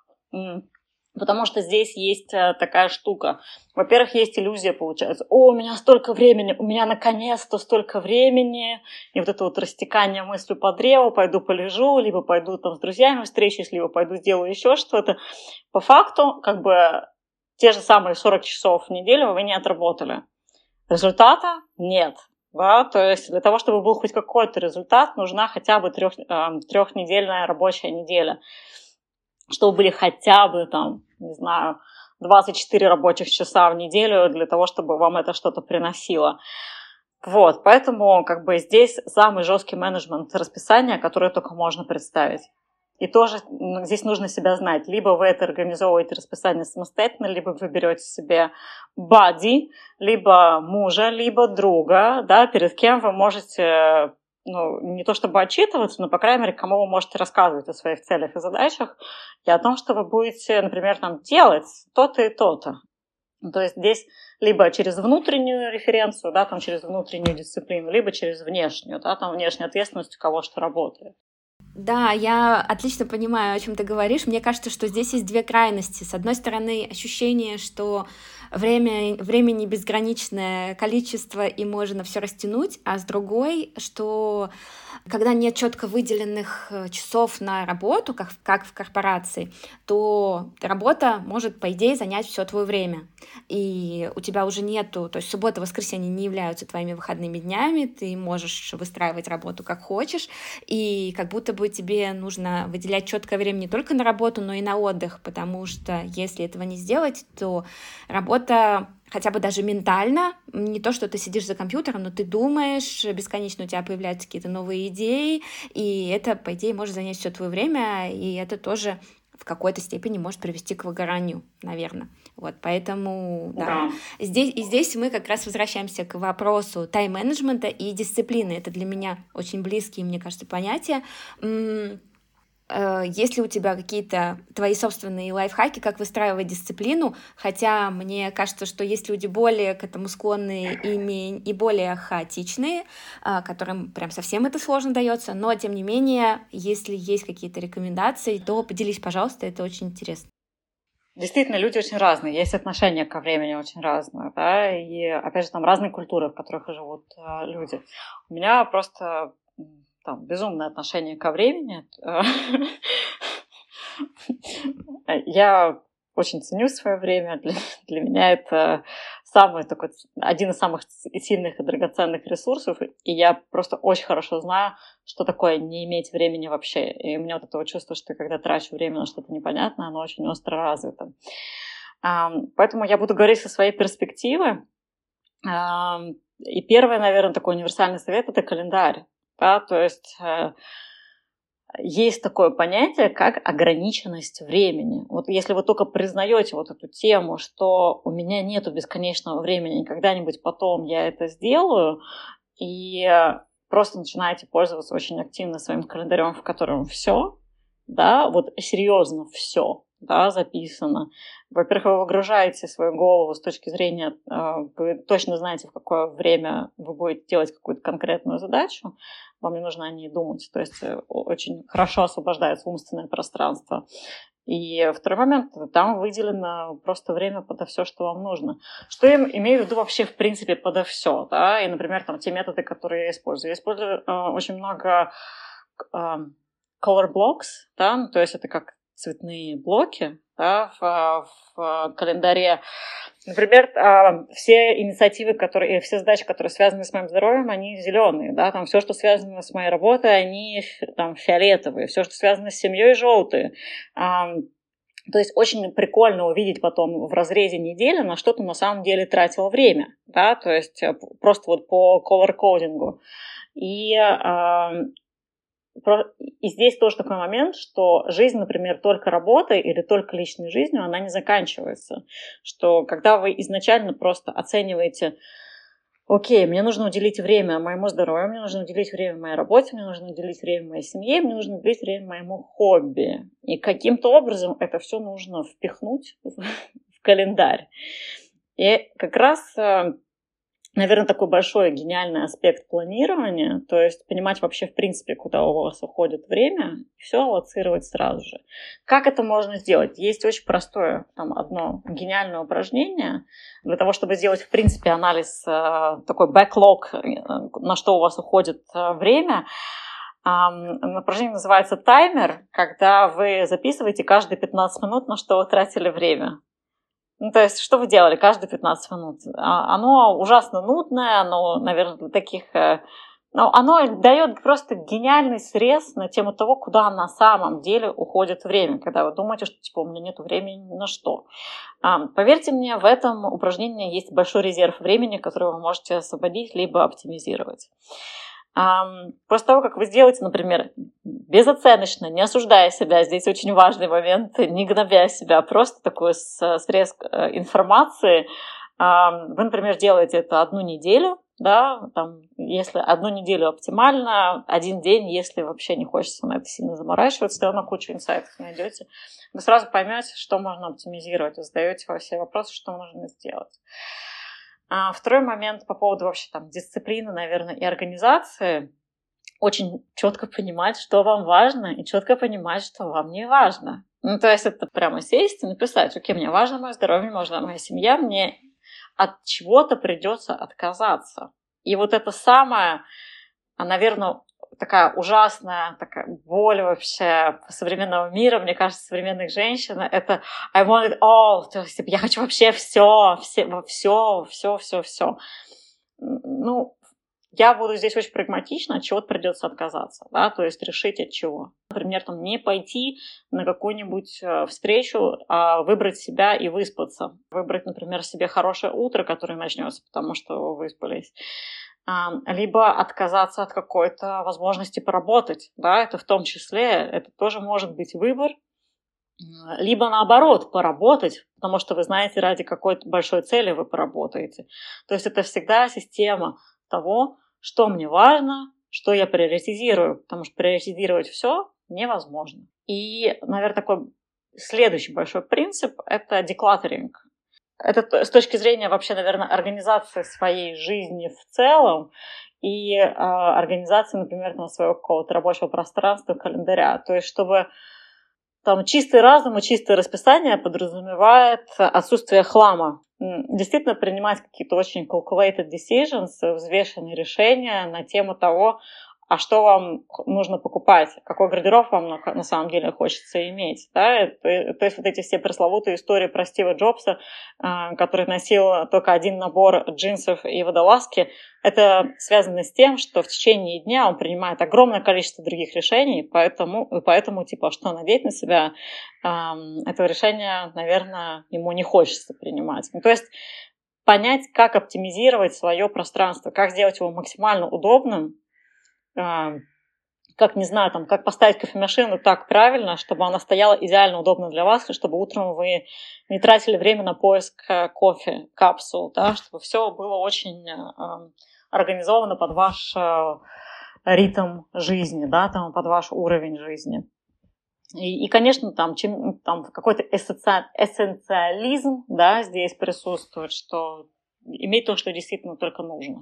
Потому что здесь есть такая штука. Во-первых, есть иллюзия, получается. О, у меня столько времени, у меня наконец-то столько времени. И вот это вот растекание мыслью по древу, пойду полежу, либо пойду там с друзьями встречусь, либо пойду сделаю еще что-то. По факту, как бы, те же самые сорок часов в неделю вы не отработали. Результата нет. Да? То есть для того, чтобы был хоть какой-то результат, нужна хотя бы трех, э, трехнедельная рабочая неделя. Чтобы были хотя бы там, не знаю, двадцать четыре рабочих часа в неделю для того, чтобы вам это что-то приносило. Вот, поэтому как бы здесь самый жесткий менеджмент расписания, который только можно представить. И тоже здесь нужно себя знать. Либо вы это организовываете расписание самостоятельно, либо вы берете себе бадди, либо мужа, либо друга, да, перед кем вы можете... ну, не то чтобы отчитываться, но, по крайней мере, кому вы можете рассказывать о своих целях и задачах, и о том, что вы будете, например, там, делать то-то и то-то. То есть здесь либо через внутреннюю референцию, да, там, через внутреннюю дисциплину, либо через внешнюю, да, там, внешняя ответственность, у кого что работает. Да, я отлично понимаю, о чем ты говоришь. Мне кажется, что здесь есть две крайности. С одной стороны, ощущение, что время, времени безграничное количество и можно все растянуть, а с другой, что когда нет четко выделенных часов на работу, как, как в корпорации, то работа может, по идее, занять все твое время. И у тебя уже нету, то есть суббота, воскресенье не являются твоими выходными днями, ты можешь выстраивать работу как хочешь, и как будто бы тебе нужно выделять четкое время не только на работу, но и на отдых, потому что если этого не сделать, то работа хотя бы даже ментально, не то, что ты сидишь за компьютером, но ты думаешь, бесконечно у тебя появляются какие-то новые идеи, и это, по идее, может занять все твое время, и это тоже в какой-то степени может привести к выгоранию, наверное. Вот, поэтому, да. да. Здесь, и здесь мы как раз возвращаемся к вопросу тайм-менеджмента и дисциплины. Это для меня очень близкие, мне кажется, понятия. Есть ли у тебя какие-то твои собственные лайфхаки, как выстраивать дисциплину? Хотя мне кажется, что есть люди более к этому склонные и, и более хаотичные, которым прям совсем это сложно дается. Но, тем не менее, если есть какие-то рекомендации, то поделись, пожалуйста, это очень интересно. Действительно, люди очень разные, есть отношение ко времени очень разное, да, и, опять же, там разные культуры, в которых живут люди. У меня просто... там, безумное отношение ко времени. Я очень ценю свое время. Для, для меня это самый такой, один из самых сильных и драгоценных ресурсов. И я просто очень хорошо знаю, что такое не иметь времени вообще. И у меня вот это вот чувство, что когда трачу время на что-то непонятное, оно очень остро развито. Поэтому я буду говорить со своей перспективы. И первый, наверное, такой универсальный совет – это календарь. Да, то есть э, есть такое понятие, как ограниченность времени. Вот если вы только признаете вот эту тему, что у меня нету бесконечного времени, когда-нибудь потом я это сделаю, и э, просто начинаете пользоваться очень активно своим календарем, в котором все, да, вот серьезно все, да, записано. Во-первых, вы выгружаете свою голову с точки зрения, вы точно знаете, в какое время вы будете делать какую-то конкретную задачу, вам не нужно о ней думать, то есть очень хорошо освобождается умственное пространство. И второй момент, там выделено просто время подо все, что вам нужно. Что я имею в виду вообще, в принципе, подо все, да, и, например, там те методы, которые я использую. Я использую э, очень много э, color blocks, да, ну, то есть это как цветные блоки, да, в, в календаре. Например, все инициативы, которые, все задачи, которые связаны с моим здоровьем, они зеленые, да, там все, что связано с моей работой, они там фиолетовые, все, что связано с семьей, желтые. То есть очень прикольно увидеть потом в разрезе недели, на что ты на самом деле тратил время, да, то есть просто вот по color-кодингу. И И здесь тоже такой момент, что жизнь, например, только работой или только личной жизнью, она не заканчивается. Что когда вы изначально просто оцениваете, окей, мне нужно уделить время моему здоровью, мне нужно уделить время моей работе, мне нужно уделить время моей семье, мне нужно уделить время моему хобби. И каким-то образом это все нужно впихнуть в календарь. И как раз... наверное, такой большой гениальный аспект планирования, то есть понимать вообще, в принципе, куда у вас уходит время, и все аллоцировать сразу же. Как это можно сделать? Есть очень простое, там, одно гениальное упражнение для того, чтобы сделать, в принципе, анализ, такой бэклог, на что у вас уходит время. Упражнение называется таймер, когда вы записываете каждые пятнадцать минут, на что вы тратили время. Ну, то есть, что вы делали каждые пятнадцать минут? Оно ужасно нудное, оно, наверное, для таких... Ну, оно дает просто гениальный срез на тему того, куда на самом деле уходит время, когда вы думаете, что, типа, у меня нет времени ни на что. Поверьте мне, в этом упражнении есть большой резерв времени, который вы можете освободить либо оптимизировать. После того, как вы сделаете, например, безоценочно, не осуждая себя, здесь очень важный момент, не гнобя себя, просто такой срез информации, вы, например, делаете это одну неделю, да, там, если одну неделю оптимально, один день, если вообще не хочется на это сильно заморачиваться, все равно кучу инсайтов найдете, вы сразу поймете, что можно оптимизировать, вы задаете во все вопросы, что нужно сделать. А второй момент по поводу вообще там дисциплины, наверное, и организации. Очень четко понимать, что вам важно, и четко понимать, что вам не важно. Ну, то есть это прямо сесть и написать, окей, мне важно мое здоровье, мне важна моя семья, мне от чего-то придется отказаться. И вот это самое, наверное, такая ужасная такая боль вообще современного мира, мне кажется, современных женщин, это I want it all, то есть я хочу вообще все, все, все, все, все, все. Ну, я буду здесь очень прагматична, от чего-то придется отказаться, да, то есть решить от чего. Например, там, не пойти на какую-нибудь встречу, а выбрать себя и выспаться. Выбрать, например, себе хорошее утро, которое начнется, потому что вы выспались. Либо отказаться от какой-то возможности поработать, да, это в том числе, это тоже может быть выбор. Либо наоборот, поработать, потому что вы знаете, ради какой-то большой цели вы поработаете. То есть это всегда система того, что мне важно, что я приоритизирую, потому что приоритизировать все невозможно. И, наверное, такой следующий большой принцип – это деклаттеринг. Это с точки зрения вообще, наверное, организации своей жизни в целом и э, организации, например, там, своего какого-то рабочего пространства, календаря. То есть чтобы там чистый разум и чистое расписание подразумевает отсутствие хлама. Действительно принимать какие-то очень calculated decisions, взвешенные решения на тему того, а что вам нужно покупать, какой гардероб вам на, на самом деле хочется иметь. Да? То, то есть вот эти все пресловутые истории про Стива Джобса, э, который носил только один набор джинсов и водолазки, это связано с тем, что в течение дня он принимает огромное количество других решений, поэтому, поэтому типа, что надеть на себя, э, этого решения, наверное, ему не хочется принимать. Ну, то есть понять, как оптимизировать свое пространство, как сделать его максимально удобным, как, не знаю, там, как поставить кофемашину так правильно, чтобы она стояла идеально удобно для вас, и чтобы утром вы не тратили время на поиск кофе, капсул, да, чтобы все было очень э, организовано под ваш э, ритм жизни, да, там, под ваш уровень жизни. И, и конечно, там, чем, там какой-то эссенциализм, да, здесь присутствует, что иметь то, что действительно только нужно.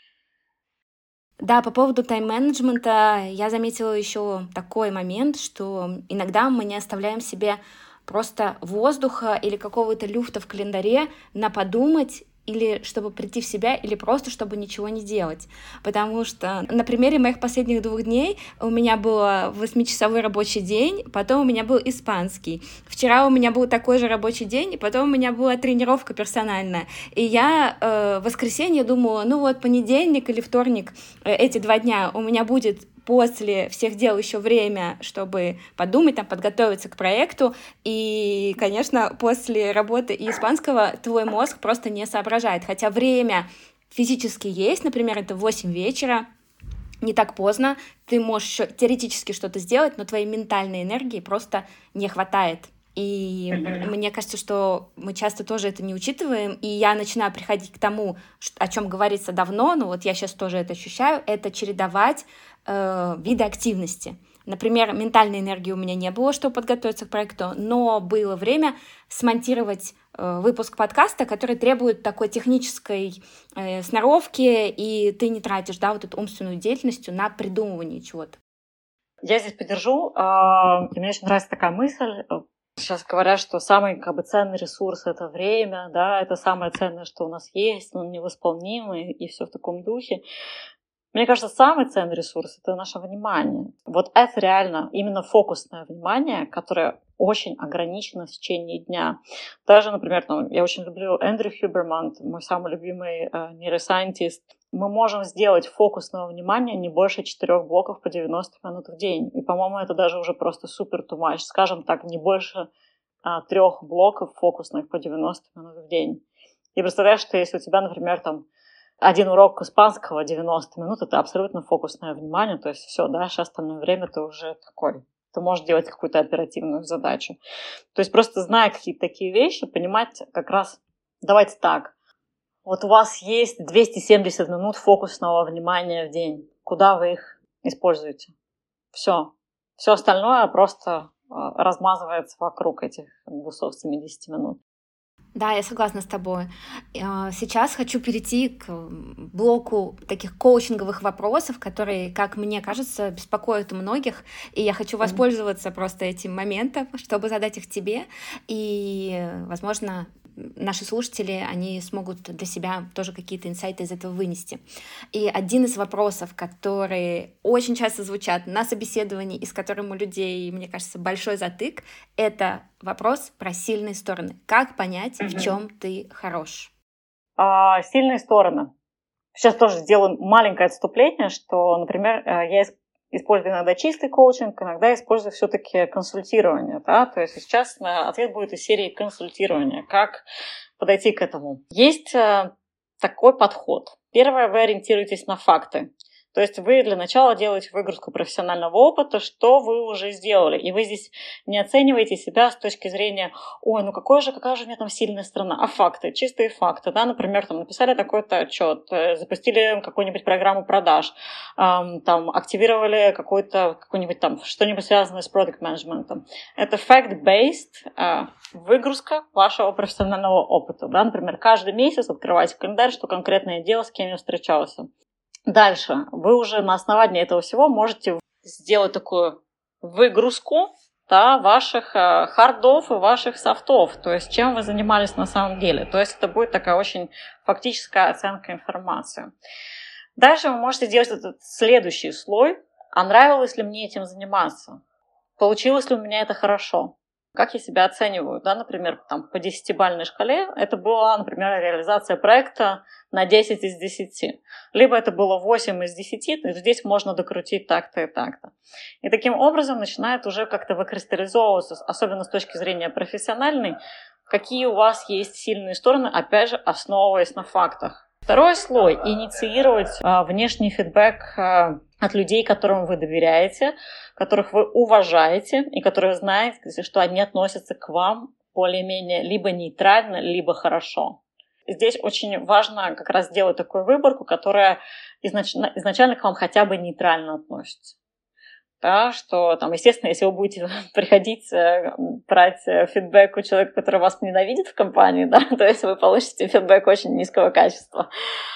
Да, по поводу тайм-менеджмента я заметила еще такой момент, что иногда мы не оставляем себе просто воздуха или какого-то люфта в календаре на подумать, или чтобы прийти в себя, или просто чтобы ничего не делать. Потому что на примере моих последних двух дней у меня был восьмичасовой рабочий день, потом у меня был испанский. Вчера у меня был такой же рабочий день, и потом у меня была тренировка персональная. И я э, в воскресенье думала, ну вот понедельник или вторник, э, эти два дня у меня будет после всех дел еще время, чтобы подумать, там, подготовиться к проекту. И, конечно, после работы и испанского твой мозг просто не соображает. Хотя время физически есть, например, это восемь вечера, не так поздно, ты можешь еще теоретически что-то сделать, но твоей ментальной энергии просто не хватает. И мне кажется, что мы часто тоже это не учитываем, и я начинаю приходить к тому, о чем говорится давно, но вот я сейчас тоже это ощущаю, это чередовать э, виды активности. Например, ментальной энергии у меня не было, чтобы подготовиться к проекту, но было время смонтировать э, выпуск подкаста, который требует такой технической э, сноровки, и ты не тратишь, да, вот эту умственную деятельность на придумывание чего-то. Я здесь поддержу. И мне очень нравится такая мысль. Сейчас говорят, что самый как бы, ценный ресурс — это время, да, это самое ценное, что у нас есть, он невосполнимый и все в таком духе. Мне кажется, самый ценный ресурс — это наше внимание. Вот это реально именно фокусное внимание, которое очень ограничено в течение дня. Даже, например, ну, я очень люблю Эндрю Хьюберман, мой самый любимый э, нейросайентист. Мы можем сделать фокусного внимания не больше четырех блоков по девяносто минут в день. И, по-моему, это даже уже просто супер too much. Скажем так, не больше а, трех блоков фокусных по девяносто минут в день. И представляешь, что если у тебя, например, там один урок испанского девяносто минут, это абсолютно фокусное внимание, то есть все, дальше остальное время ты уже такой. Ты можешь делать какую-то оперативную задачу. То есть просто зная какие-то такие вещи, понимать как раз, давайте так, вот у вас есть двести семьдесят минут фокусного внимания в день. Куда вы их используете? Все. Все остальное просто размазывается вокруг этих двести семьдесят минут. Да, я согласна с тобой. Сейчас хочу перейти к блоку таких коучинговых вопросов, которые, как мне кажется, беспокоят многих, и я хочу воспользоваться просто этим моментом, чтобы задать их тебе, и, возможно, наши слушатели, они смогут для себя тоже какие-то инсайты из этого вынести. И один из вопросов, которые очень часто звучат на собеседовании, и с которым у людей, мне кажется, большой затык, это вопрос про сильные стороны. Как понять, mm-hmm. в чем ты хорош? А, сильные стороны. Сейчас тоже сделаю маленькое отступление, что, например, я использую иногда чистый коучинг, иногда использую все-таки консультирование. Да? То есть сейчас ответ будет из серии консультирования. Как подойти к этому? Есть такой подход. Первое, вы ориентируетесь на факты. То есть вы для начала делаете выгрузку профессионального опыта, что вы уже сделали. И вы здесь не оцениваете себя с точки зрения, ой, ну какой же, какая же у меня там сильная сторона. А факты, чистые факты. Да? Например, там, написали такой-то отчет, запустили какую-нибудь программу продаж, эм, там, активировали какой-то, какой-нибудь там, что-нибудь связанное с product management. Это fact-based э, выгрузка вашего профессионального опыта. Да? Например, каждый месяц открывайте календарь, что конкретно я делал, с кем я встречался. Дальше вы уже на основании этого всего можете сделать такую выгрузку, да, ваших э, хардов и ваших софтов, то есть чем вы занимались на самом деле. То есть это будет такая очень фактическая оценка информации. Дальше вы можете сделать этот следующий слой. А нравилось ли мне этим заниматься? Получилось ли у меня это хорошо? Как я себя оцениваю? Да, например, там, по десятибалльной шкале это была, например, реализация проекта на десять из десяти. Либо это было восемь из десяти, то есть здесь можно докрутить так-то и так-то. И таким образом начинает уже как-то выкристаллизовываться, особенно с точки зрения профессиональной, какие у вас есть сильные стороны, опять же, основываясь на фактах. Второй слой – инициировать а, внешний фидбэк а, от людей, которым вы доверяете, которых вы уважаете и которые знаете, что они относятся к вам более-менее либо нейтрально, либо хорошо. Здесь очень важно как раз сделать такую выборку, которая изначально, изначально к вам хотя бы нейтрально относится. Да, что там, естественно, если вы будете приходить, брать фидбэк у человека, который вас ненавидит в компании, да, то есть вы получите фидбэк очень низкого качества.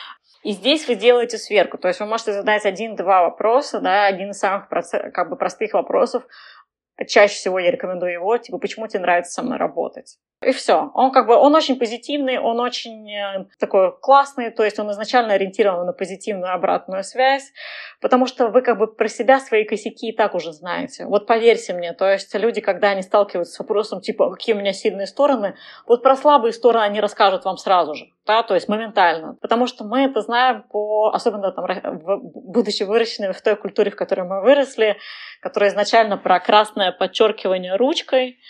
И здесь вы делаете сверку. То есть вы можете задать один-два вопроса, да, один из самых как бы, простых вопросов. Чаще всего я рекомендую его, типа, почему тебе нравится со мной работать? И все. Он как бы, он очень позитивный, он очень э, такой классный, то есть он изначально ориентирован на позитивную обратную связь, потому что вы как бы про себя свои косяки и так уже знаете. Вот поверьте мне, то есть люди, когда они сталкиваются с вопросом, типа, какие у меня сильные стороны, вот про слабые стороны они расскажут вам сразу же, да, то есть моментально. Потому что мы это знаем по, особенно там, будучи выращенными в той культуре, в которой мы выросли, которая изначально про красное подчеркивание ручкой,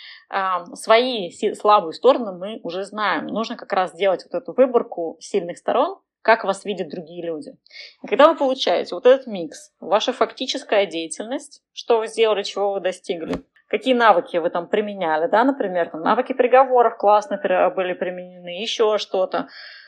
свои слабые стороны мы уже знаем. Нужно как раз делать вот эту выборку сильных сторон, как вас видят другие люди. И когда вы получаете вот этот микс, ваша фактическая деятельность, что вы сделали, чего вы достигли, какие навыки вы там применяли, да, например, там, навыки переговоров классно были применены, еще что-то,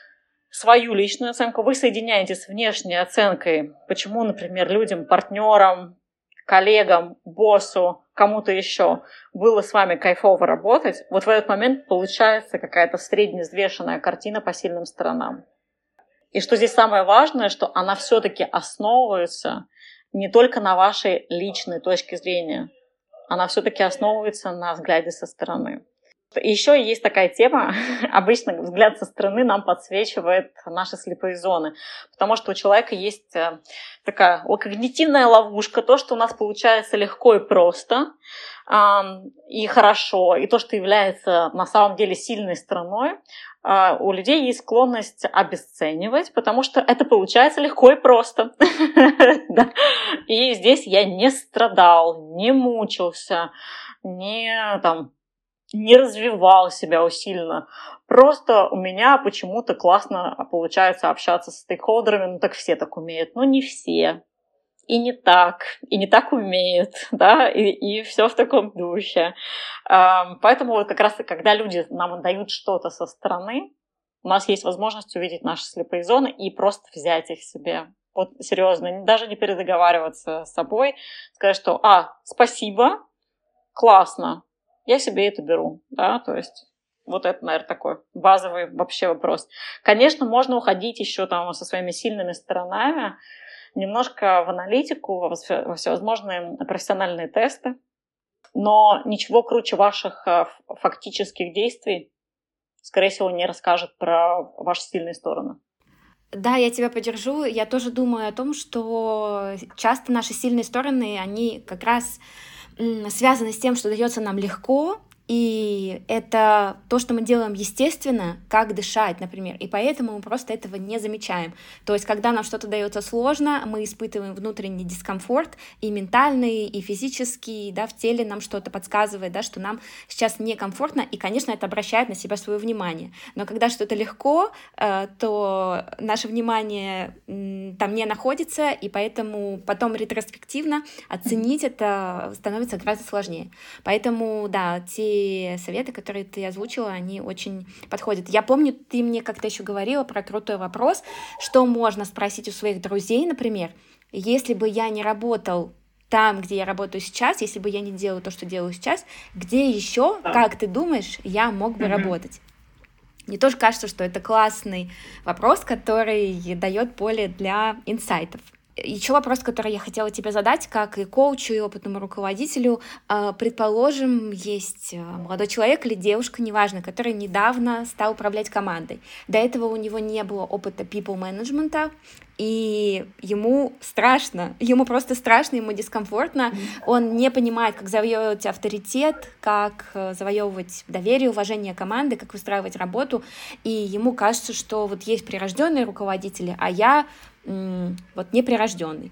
свою личную оценку, вы соединяете с внешней оценкой, почему, например, людям, партнерам, коллегам, боссу, кому-то еще было с вами кайфово работать, вот в этот момент получается какая-то средневзвешенная картина по сильным сторонам. И что здесь самое важное, что она все-таки основывается не только на вашей личной точке зрения, она все-таки основывается на взгляде со стороны. И еще есть такая тема, обычно взгляд со стороны нам подсвечивает наши слепые зоны, потому что у человека есть такая когнитивная ловушка, то, что у нас получается легко и просто, и хорошо, и то, что является на самом деле сильной стороной, у людей есть склонность обесценивать, потому что это получается легко и просто. И здесь я не страдал, не мучился, не там не развивал себя усиленно. Просто у меня почему-то классно получается общаться с стейкхолдерами. Ну, так все так умеют. Но не все. И не так. И не так умеют. Да? И, и все в таком духе. Поэтому вот как раз когда люди нам дают что-то со стороны, у нас есть возможность увидеть наши слепые зоны и просто взять их себе. Вот серьезно. Даже не передоговариваться с собой. Сказать, что «А, спасибо, классно. Я себе это беру», да, то есть вот это, наверное, такой базовый вообще вопрос. Конечно, можно уходить еще там со своими сильными сторонами, немножко в аналитику, во всевозможные профессиональные тесты, но ничего круче ваших фактических действий, скорее всего, не расскажет про ваши сильные стороны. Да, я тебя поддержу. Я тоже думаю о том, что часто наши сильные стороны, они как раз связаны с тем, что дается нам легко, И это то, что мы делаем естественно, как дышать, например, и поэтому мы просто этого не замечаем. То есть, когда нам что-то дается сложно, мы испытываем внутренний дискомфорт, и ментальный, и физический, да, в теле нам что-то подсказывает, да, что нам сейчас некомфортно, и, конечно, это обращает на себя свое внимание. Но когда что-то легко, то наше внимание там не находится, и поэтому потом ретроспективно оценить это становится гораздо сложнее. Поэтому, да, те советы, которые ты озвучила, они очень подходят. Я помню, ты мне как-то еще говорила про крутой вопрос, что можно спросить у своих друзей, например, если бы я не работал там, где я работаю сейчас, если бы я не делала то, что делаю сейчас, где еще, как ты думаешь, я мог бы mm-hmm. работать? Мне тоже кажется, что это классный вопрос, который дает поле для инсайтов. Еще вопрос, который я хотела тебе задать, как и коучу, и опытному руководителю. Предположим, есть молодой человек или девушка, неважно, который недавно стал управлять командой. До этого у него не было опыта people management, и ему страшно, ему просто страшно, ему дискомфортно, он не понимает, как завоевывать авторитет, как завоевывать доверие, уважение команды, как выстраивать работу, и ему кажется, что вот есть прирожденные руководители, а я м- вот неприрожденный.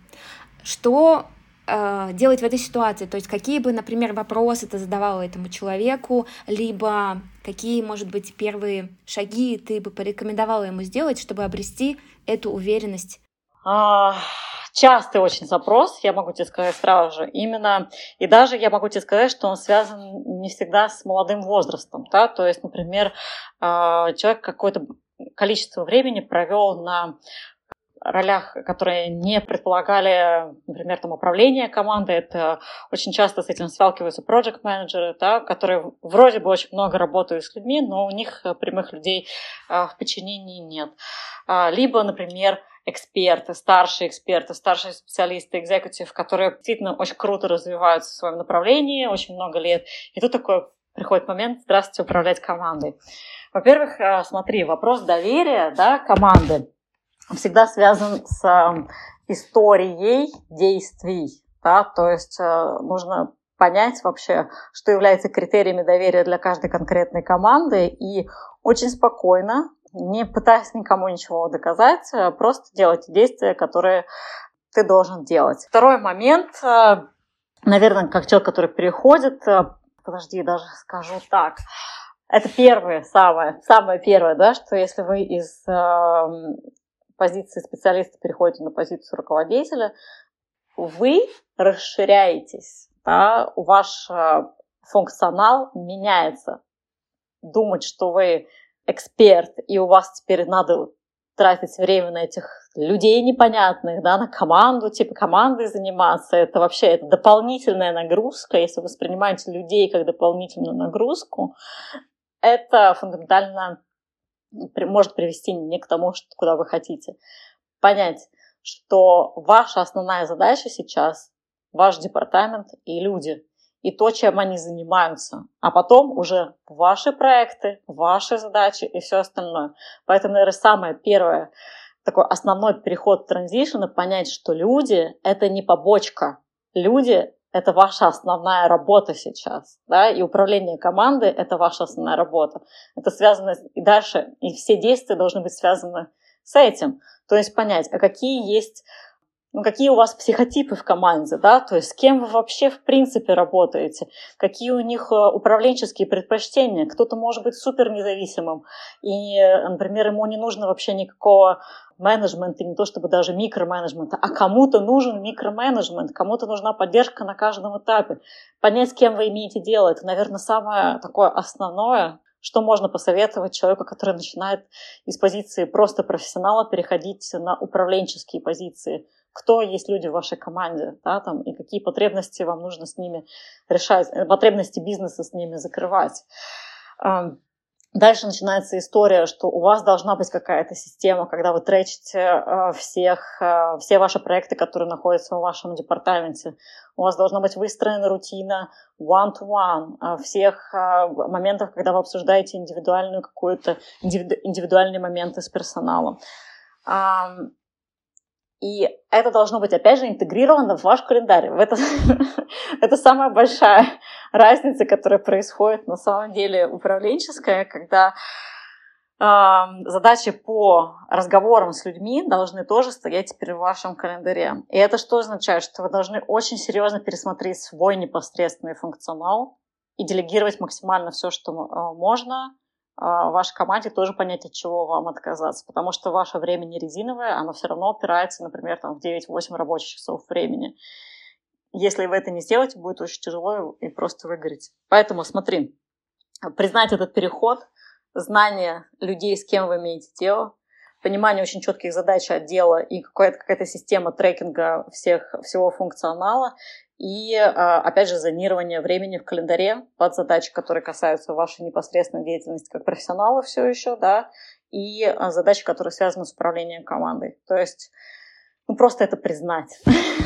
Что э, делать в этой ситуации? То есть какие бы, например, вопросы ты задавала этому человеку, либо какие, может быть, первые шаги ты бы порекомендовала ему сделать, чтобы обрести эту уверенность? А, частый очень запрос, я могу тебе сказать сразу же. Именно, и даже я могу тебе сказать, что он связан не всегда с молодым возрастом. Да? То есть, например, человек какое-то количество времени провел на ролях, которые не предполагали, например, там, управление командой. Это очень часто с этим сталкиваются проект-менеджеры, да, которые вроде бы очень много работают с людьми, но у них прямых людей а, в подчинении нет. А, либо, например, эксперты, старшие эксперты, старшие специалисты, экзекутив, которые действительно очень круто развиваются в своем направлении, очень много лет. И тут такой приходит момент: здравствуйте, управлять командой. Во-первых, смотри, вопрос доверия, да, команды всегда связан с э, историей действий, да, то есть э, нужно понять вообще, что является критериями доверия для каждой конкретной команды, и очень спокойно, не пытаясь никому ничего доказать, э, просто делать действия, которые ты должен делать. Второй момент, э, наверное, как человек, который переходит, э, подожди, даже скажу так, это первое, самое, самое первое, да, что если вы из э, позиции специалиста переходите на позицию руководителя, вы расширяетесь, да, ваш функционал меняется. Думать, что вы эксперт, и у вас теперь надо тратить время на этих людей непонятных, да, на команду, типа командой заниматься, это вообще это дополнительная нагрузка. Если вы воспринимаете людей как дополнительную нагрузку, это фундаментально может привести не к тому, куда вы хотите. Понять, что ваша основная задача сейчас – ваш департамент и люди, и то, чем они занимаются. А потом уже ваши проекты, ваши задачи и все остальное. Поэтому, наверное, самое первое, такой основной переход транзишена – понять, что люди – это не побочка. Люди – это ваша основная работа сейчас, да, и управление командой – это ваша основная работа. Это связано и дальше, и все действия должны быть связаны с этим. То есть понять, а какие есть, ну, какие у вас психотипы в команде, да, то есть с кем вы вообще в принципе работаете, какие у них управленческие предпочтения. Кто-то может быть супер независимым, и, например, ему не нужно вообще никакого менеджмента, не то чтобы даже микроменеджмента, а кому-то нужен микроменеджмент, кому-то нужна поддержка на каждом этапе. Понять, с кем вы имеете дело, это, наверное, самое такое основное, что можно посоветовать человеку, который начинает из позиции просто профессионала переходить на управленческие позиции. Кто есть люди в вашей команде, да, там, и какие потребности вам нужно с ними решать, потребности бизнеса с ними закрывать. Дальше начинается история, что у вас должна быть какая-то система, когда вы тречите всех, все ваши проекты, которые находятся в вашем департаменте. У вас должна быть выстроена рутина one-to-one всех моментов, когда вы обсуждаете индивидуальную какую-то, индивидуальные моменты с персоналом. И это должно быть, опять же, интегрировано в ваш календарь. Это, это самая большая разница, которая происходит на самом деле управленческая, когда э, задачи по разговорам с людьми должны тоже стоять теперь в вашем календаре. И это что означает? Что вы должны очень серьезно пересмотреть свой непосредственный функционал и делегировать максимально все, что э, можно, в вашей команде тоже понять, от чего вам отказаться, потому что ваше время не резиновое, оно все равно опирается, например, там, в девять-восемь рабочих часов времени. Если вы это не сделаете, будет очень тяжело и просто выгореть. Поэтому смотри, признать этот переход, знание людей, с кем вы имеете дело, понимание очень четких задач отдела и какая-то, какая-то система трекинга всех, всего функционала, и, опять же, зонирование времени в календаре под задачи, которые касаются вашей непосредственной деятельности как профессионала все еще, да, и задачи, которые связаны с управлением командой. То есть, ну, просто это признать.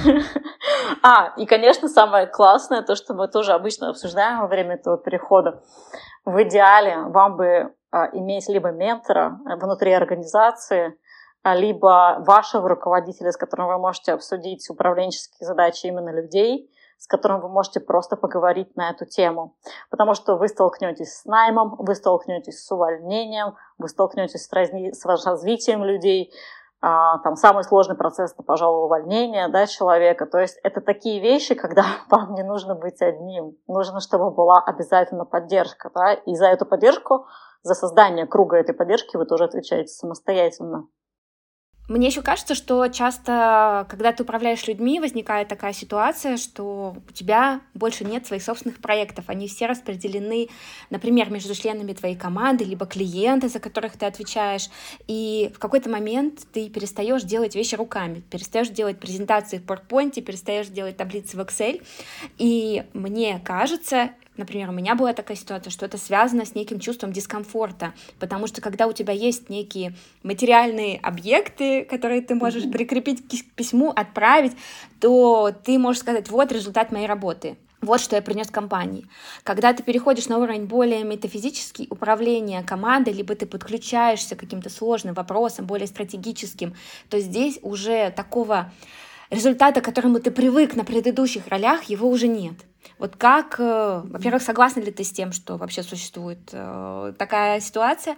А, и, конечно, самое классное, то, что мы тоже обычно обсуждаем во время этого перехода, в идеале вам бы иметь либо ментора внутри организации, либо вашего руководителя, с которым вы можете обсудить управленческие задачи именно людей, с которым вы можете просто поговорить на эту тему. Потому что вы столкнетесь с наймом, вы столкнетесь с увольнением, вы столкнетесь с, разни... с развитием людей. А, там самый сложный процесс, это, пожалуй, увольнение, да, человека. То есть это такие вещи, когда вам не нужно быть одним. Нужно, чтобы была обязательно поддержка. Да? И за эту поддержку, за создание круга этой поддержки вы тоже отвечаете самостоятельно. Мне еще кажется, что часто, когда ты управляешь людьми, возникает такая ситуация, что у тебя больше нет своих собственных проектов. Они все распределены, например, между членами твоей команды, либо клиенты, за которых ты отвечаешь. И в какой-то момент ты перестаешь делать вещи руками, перестаешь делать презентации в PowerPoint, перестаешь делать таблицы в Excel. И мне кажется, например, у меня была такая ситуация, что это связано с неким чувством дискомфорта, потому что когда у тебя есть некие материальные объекты, которые ты можешь прикрепить к письму, отправить, то ты можешь сказать: вот результат моей работы, вот что я принес компании. Когда ты переходишь на уровень более метафизический, управления командой, либо ты подключаешься к каким-то сложным вопросам, более стратегическим, то здесь уже такого результата, к которому ты привык на предыдущих ролях, его уже нет. Вот как, во-первых, согласна ли ты с тем, что вообще существует такая ситуация,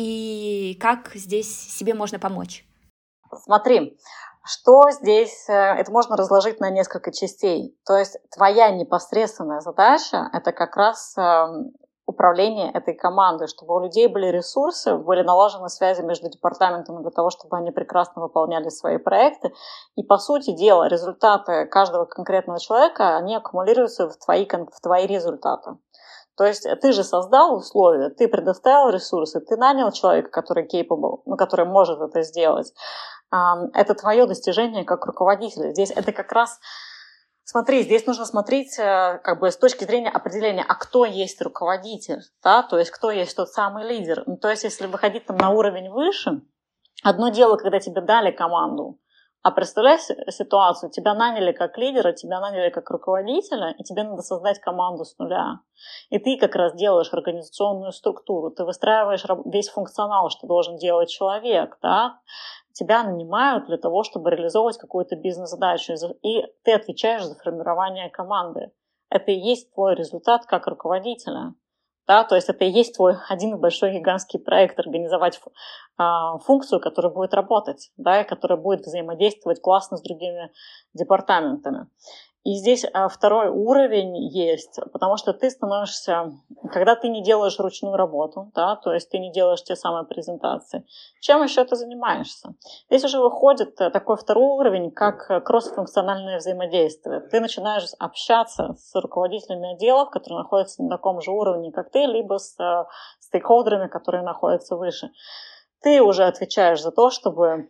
и как здесь себе можно помочь? Смотри, что здесь, это можно разложить на несколько частей. То есть твоя непосредственная задача — это как раз управление этой командой, чтобы у людей были ресурсы, были налажены связи между департаментами для того, чтобы они прекрасно выполняли свои проекты. И, по сути дела, результаты каждого конкретного человека, они аккумулируются в твои, в твои результаты. То есть ты же создал условия, ты предоставил ресурсы, ты нанял человека, который capable, ну, который может это сделать. Это твое достижение как руководителя. Здесь это как раз... Смотри, здесь нужно смотреть как бы с точки зрения определения, а кто есть руководитель, да, то есть кто есть тот самый лидер. Ну, то есть если выходить там на уровень выше, одно дело, когда тебе дали команду, а представляй ситуацию, тебя наняли как лидера, тебя наняли как руководителя, и тебе надо создать команду с нуля. И ты как раз делаешь организационную структуру, ты выстраиваешь весь функционал, что должен делать человек, да. Тебя нанимают для того, чтобы реализовывать какую-то бизнес-задачу, и ты отвечаешь за формирование команды. Это и есть твой результат как руководителя. Да? То есть это и есть твой один большой гигантский проект, организовать э, функцию, которая будет работать, да, и которая будет взаимодействовать классно с другими департаментами. И здесь второй уровень есть, потому что ты становишься, когда ты не делаешь ручную работу, да, то есть ты не делаешь те самые презентации, чем еще ты занимаешься? Здесь уже выходит такой второй уровень, как кроссфункциональное взаимодействие. Ты начинаешь общаться с руководителями отделов, которые находятся на таком же уровне, как ты, либо с стейкхолдерами, которые находятся выше. Ты уже отвечаешь за то, чтобы...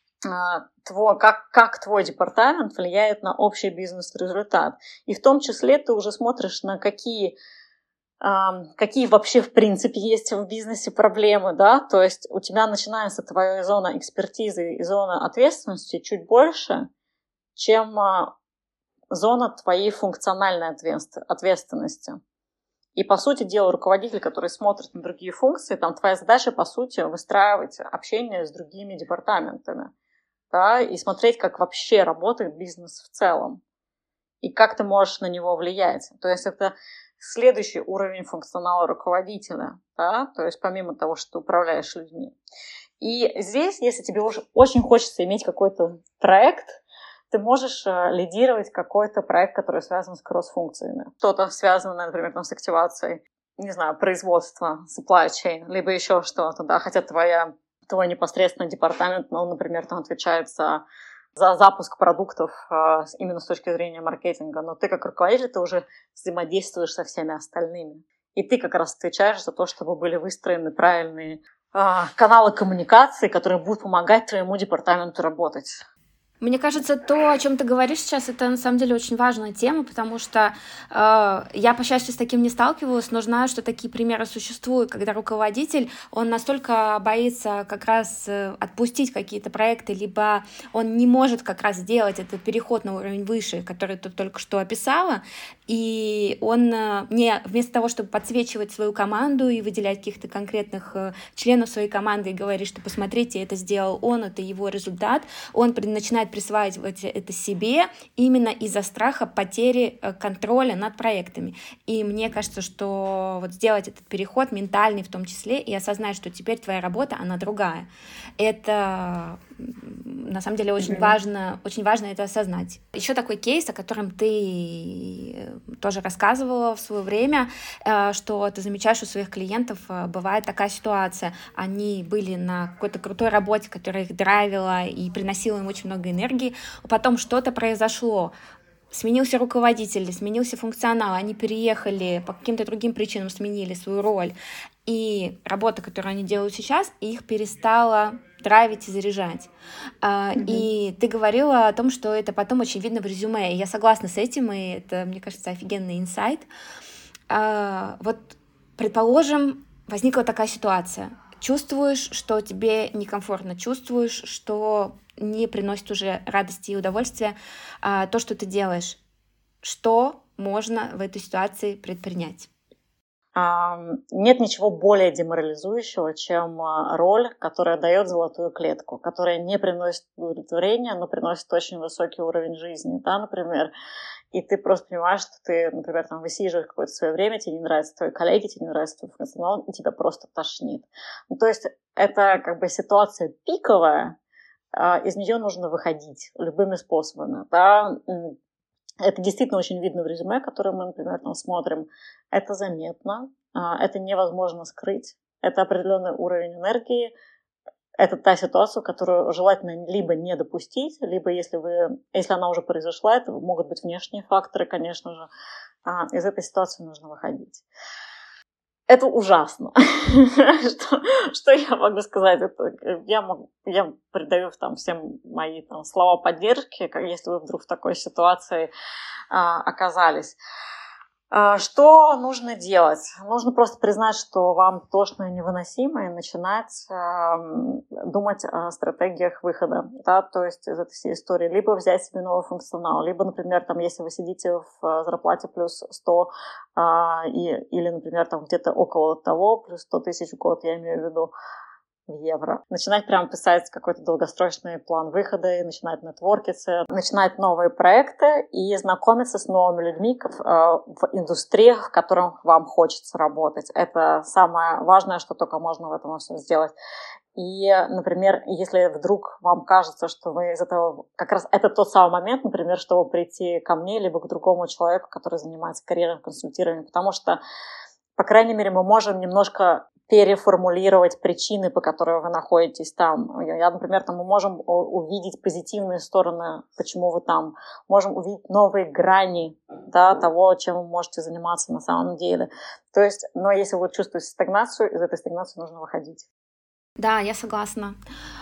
Твой, как, как твой департамент влияет на общий бизнес-результат. И в том числе ты уже смотришь на какие, э, какие вообще в принципе есть в бизнесе проблемы, да, то есть у тебя начинается твоя зона экспертизы и зона ответственности чуть больше, чем э, зона твоей функциональной ответственности. И, по сути дела, руководитель, который смотрит на другие функции, там твоя задача, по сути, выстраивать общение с другими департаментами. да, и смотреть, как вообще работает бизнес в целом, и как ты можешь на него влиять. То есть это следующий уровень функционала руководителя, да, то есть помимо того, что ты управляешь людьми. И здесь, если тебе уже очень хочется иметь какой-то проект, ты можешь э, лидировать какой-то проект, который связан с кросс-функциями. Что-то связанное, например, там, с активацией, не знаю, производства, supply chain, либо еще что-то, да, хотя твоя, твой непосредственный департамент, ну, например, там отвечает за, за запуск продуктов э, именно с точки зрения маркетинга, но ты как руководитель, ты уже взаимодействуешь со всеми остальными. И ты как раз отвечаешь за то, чтобы были выстроены правильные э, каналы коммуникации, которые будут помогать твоему департаменту работать. Мне кажется, то, о чем ты говоришь сейчас, это на самом деле очень важная тема, потому что э, я, по счастью, с таким не сталкивалась, но знаю, что такие примеры существуют, когда руководитель, он настолько боится как раз э, отпустить какие-то проекты, либо он не может как раз сделать этот переход на уровень выше, который ты только что описала, и он э, не, вместо того, чтобы подсвечивать свою команду и выделять каких-то конкретных э, членов своей команды и говорить, что посмотрите, это сделал он, это его результат, он начинает присваивать это себе именно из-за страха потери контроля над проектами. И мне кажется, что вот сделать этот переход ментальный в том числе и осознать, что теперь твоя работа, она другая. Это на самом деле очень mm-hmm. важно, очень важно это осознать. Еще такой кейс, о котором ты тоже рассказывала в свое время, что ты замечаешь у своих клиентов, бывает такая ситуация, они были на какой-то крутой работе, которая их драйвила и приносила им очень много энергии, а потом что-то произошло, сменился руководитель, сменился функционал, они переехали, по каким-то другим причинам сменили свою роль, и работа, которую они делают сейчас, их перестала драйвить и заряжать. Mm-hmm. И ты говорила о том, что это потом очень видно в резюме, и я согласна с этим, и это, мне кажется, офигенный инсайт. Вот, предположим, возникла такая ситуация. Чувствуешь, что тебе некомфортно, чувствуешь, что не приносит уже радости и удовольствия а, то, что ты делаешь. Что можно в этой ситуации предпринять? Нет ничего более деморализующего, чем роль, которая дает золотую клетку, которая не приносит удовлетворения, но приносит очень высокий уровень жизни, да, например. И ты просто понимаешь, что ты, например, там высиживаешь какое-то свое время, тебе не нравятся твои коллеги, тебе не нравится твой функционал, и тебя просто тошнит. Ну, то есть это как бы ситуация пиковая, из нее нужно выходить любыми способами, да. Это действительно очень видно в резюме, которое мы, например, там смотрим. Это заметно, это невозможно скрыть, это определенный уровень энергии, это та ситуация, которую желательно либо не допустить, либо если, вы, если она уже произошла, это могут быть внешние факторы, конечно же, из этой ситуации нужно выходить. Это ужасно. что, что я могу сказать? Это, я, могу, я придаю там, всем мои там, слова поддержки, как если вы вдруг в такой ситуации а, оказались. А, что нужно делать? Нужно просто признать, что вам тошно и невыносимо, и начинать а, думать о стратегиях выхода, да, то есть из этой всей истории. Либо взять себе новый функционал, либо, например, там, если вы сидите в зарплате плюс сто, а, и, или, например, там где-то около того, плюс сто тысяч в год, я имею в виду, в евро. Начинать прям писать какой-то долгосрочный план выхода, и начинать нетворкиться, начинать новые проекты и знакомиться с новыми людьми в индустриях, в которых вам хочется работать. Это самое важное, что только можно в этом всем сделать. И, например, если вдруг вам кажется, что вы из этого... Как раз это тот самый момент, например, чтобы прийти ко мне, либо к другому человеку, который занимается карьерным консультированием, потому что, по крайней мере, мы можем немножко переформулировать причины, по которым вы находитесь там. Я, например, там, мы можем увидеть позитивные стороны, почему вы там. Можем увидеть новые грани, да, того, чем вы можете заниматься на самом деле. То есть, но если вы чувствуете стагнацию, из этой стагнации нужно выходить. Да, я согласна.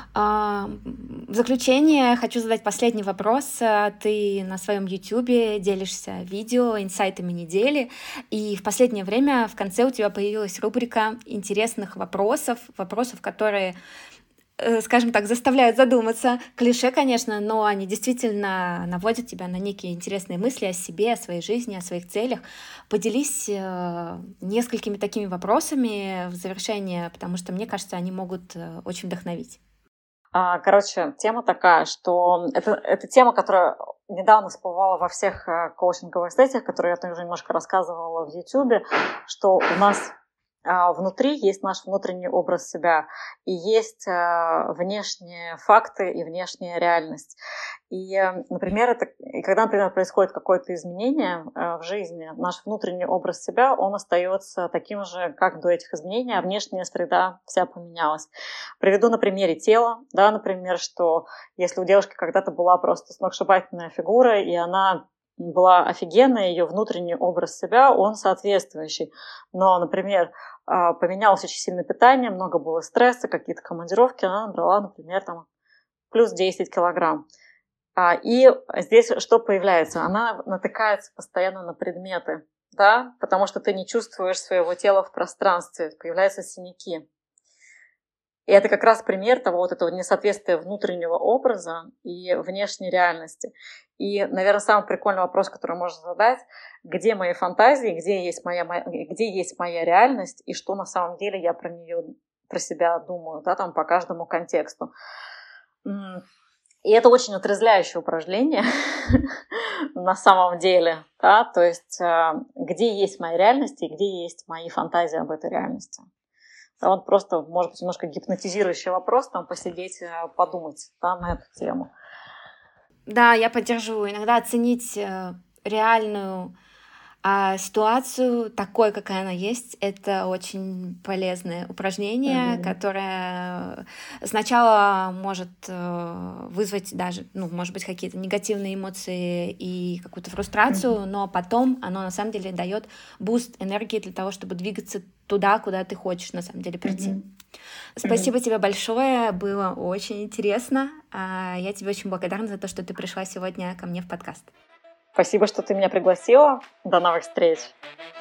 В заключение хочу задать последний вопрос. Ты на своем ютубе делишься видео инсайтами недели, и в последнее время в конце у тебя появилась рубрика интересных вопросов, вопросов, которые, скажем так, заставляют задуматься. Клише, конечно, но они действительно наводят тебя на некие интересные мысли о себе, о своей жизни, о своих целях. Поделись несколькими такими вопросами в завершение, потому что, мне кажется, они могут очень вдохновить. Короче, тема такая, что это, это тема, которая недавно всплывала во всех коучинговых сессиях, которые я тоже немножко рассказывала в YouTube, что у нас внутри есть наш внутренний образ себя, и есть внешние факты и внешняя реальность. И, например, это, и когда, например, происходит какое-то изменение в жизни, наш внутренний образ себя, он остается таким же, как до этих изменений, а внешняя среда вся поменялась. Приведу на примере тела, да, например, что если у девушки когда-то была просто сногсшибательная фигура, и она была офигенная, ее внутренний образ себя, он соответствующий. Но, например, поменялось очень сильно питание, много было стресса, какие-то командировки, она набрала, например, там, плюс десять килограмм. И здесь что появляется? Она натыкается постоянно на предметы, да, потому что ты не чувствуешь своего тела в пространстве, появляются синяки. И это как раз пример того вот этого несоответствия внутреннего образа и внешней реальности. И, наверное, самый прикольный вопрос, который можно задать, где мои фантазии, где есть моя, где есть моя реальность, и что на самом деле я про нее, про себя думаю, да, там по каждому контексту. И это очень отрезвляющее упражнение на самом деле, да, то есть где есть моя реальность и где есть мои фантазии об этой реальности. Да, вот просто, может быть, немножко гипнотизирующий вопрос, там посидеть, подумать, да, на эту тему. Да, я поддерживаю. Иногда оценить э, реальную э, ситуацию такой, какая она есть, это очень полезное упражнение, mm-hmm. которое сначала может э, вызвать даже, ну, может быть, какие-то негативные эмоции и какую-то фрустрацию, mm-hmm. но потом оно на самом деле дает буст энергии для того, чтобы двигаться туда, куда ты хочешь на самом деле прийти. Mm-hmm. Спасибо mm-hmm. тебе большое, было очень интересно. Я тебе очень благодарна за то, что ты пришла сегодня ко мне в подкаст. Спасибо, что ты меня пригласила. До новых встреч.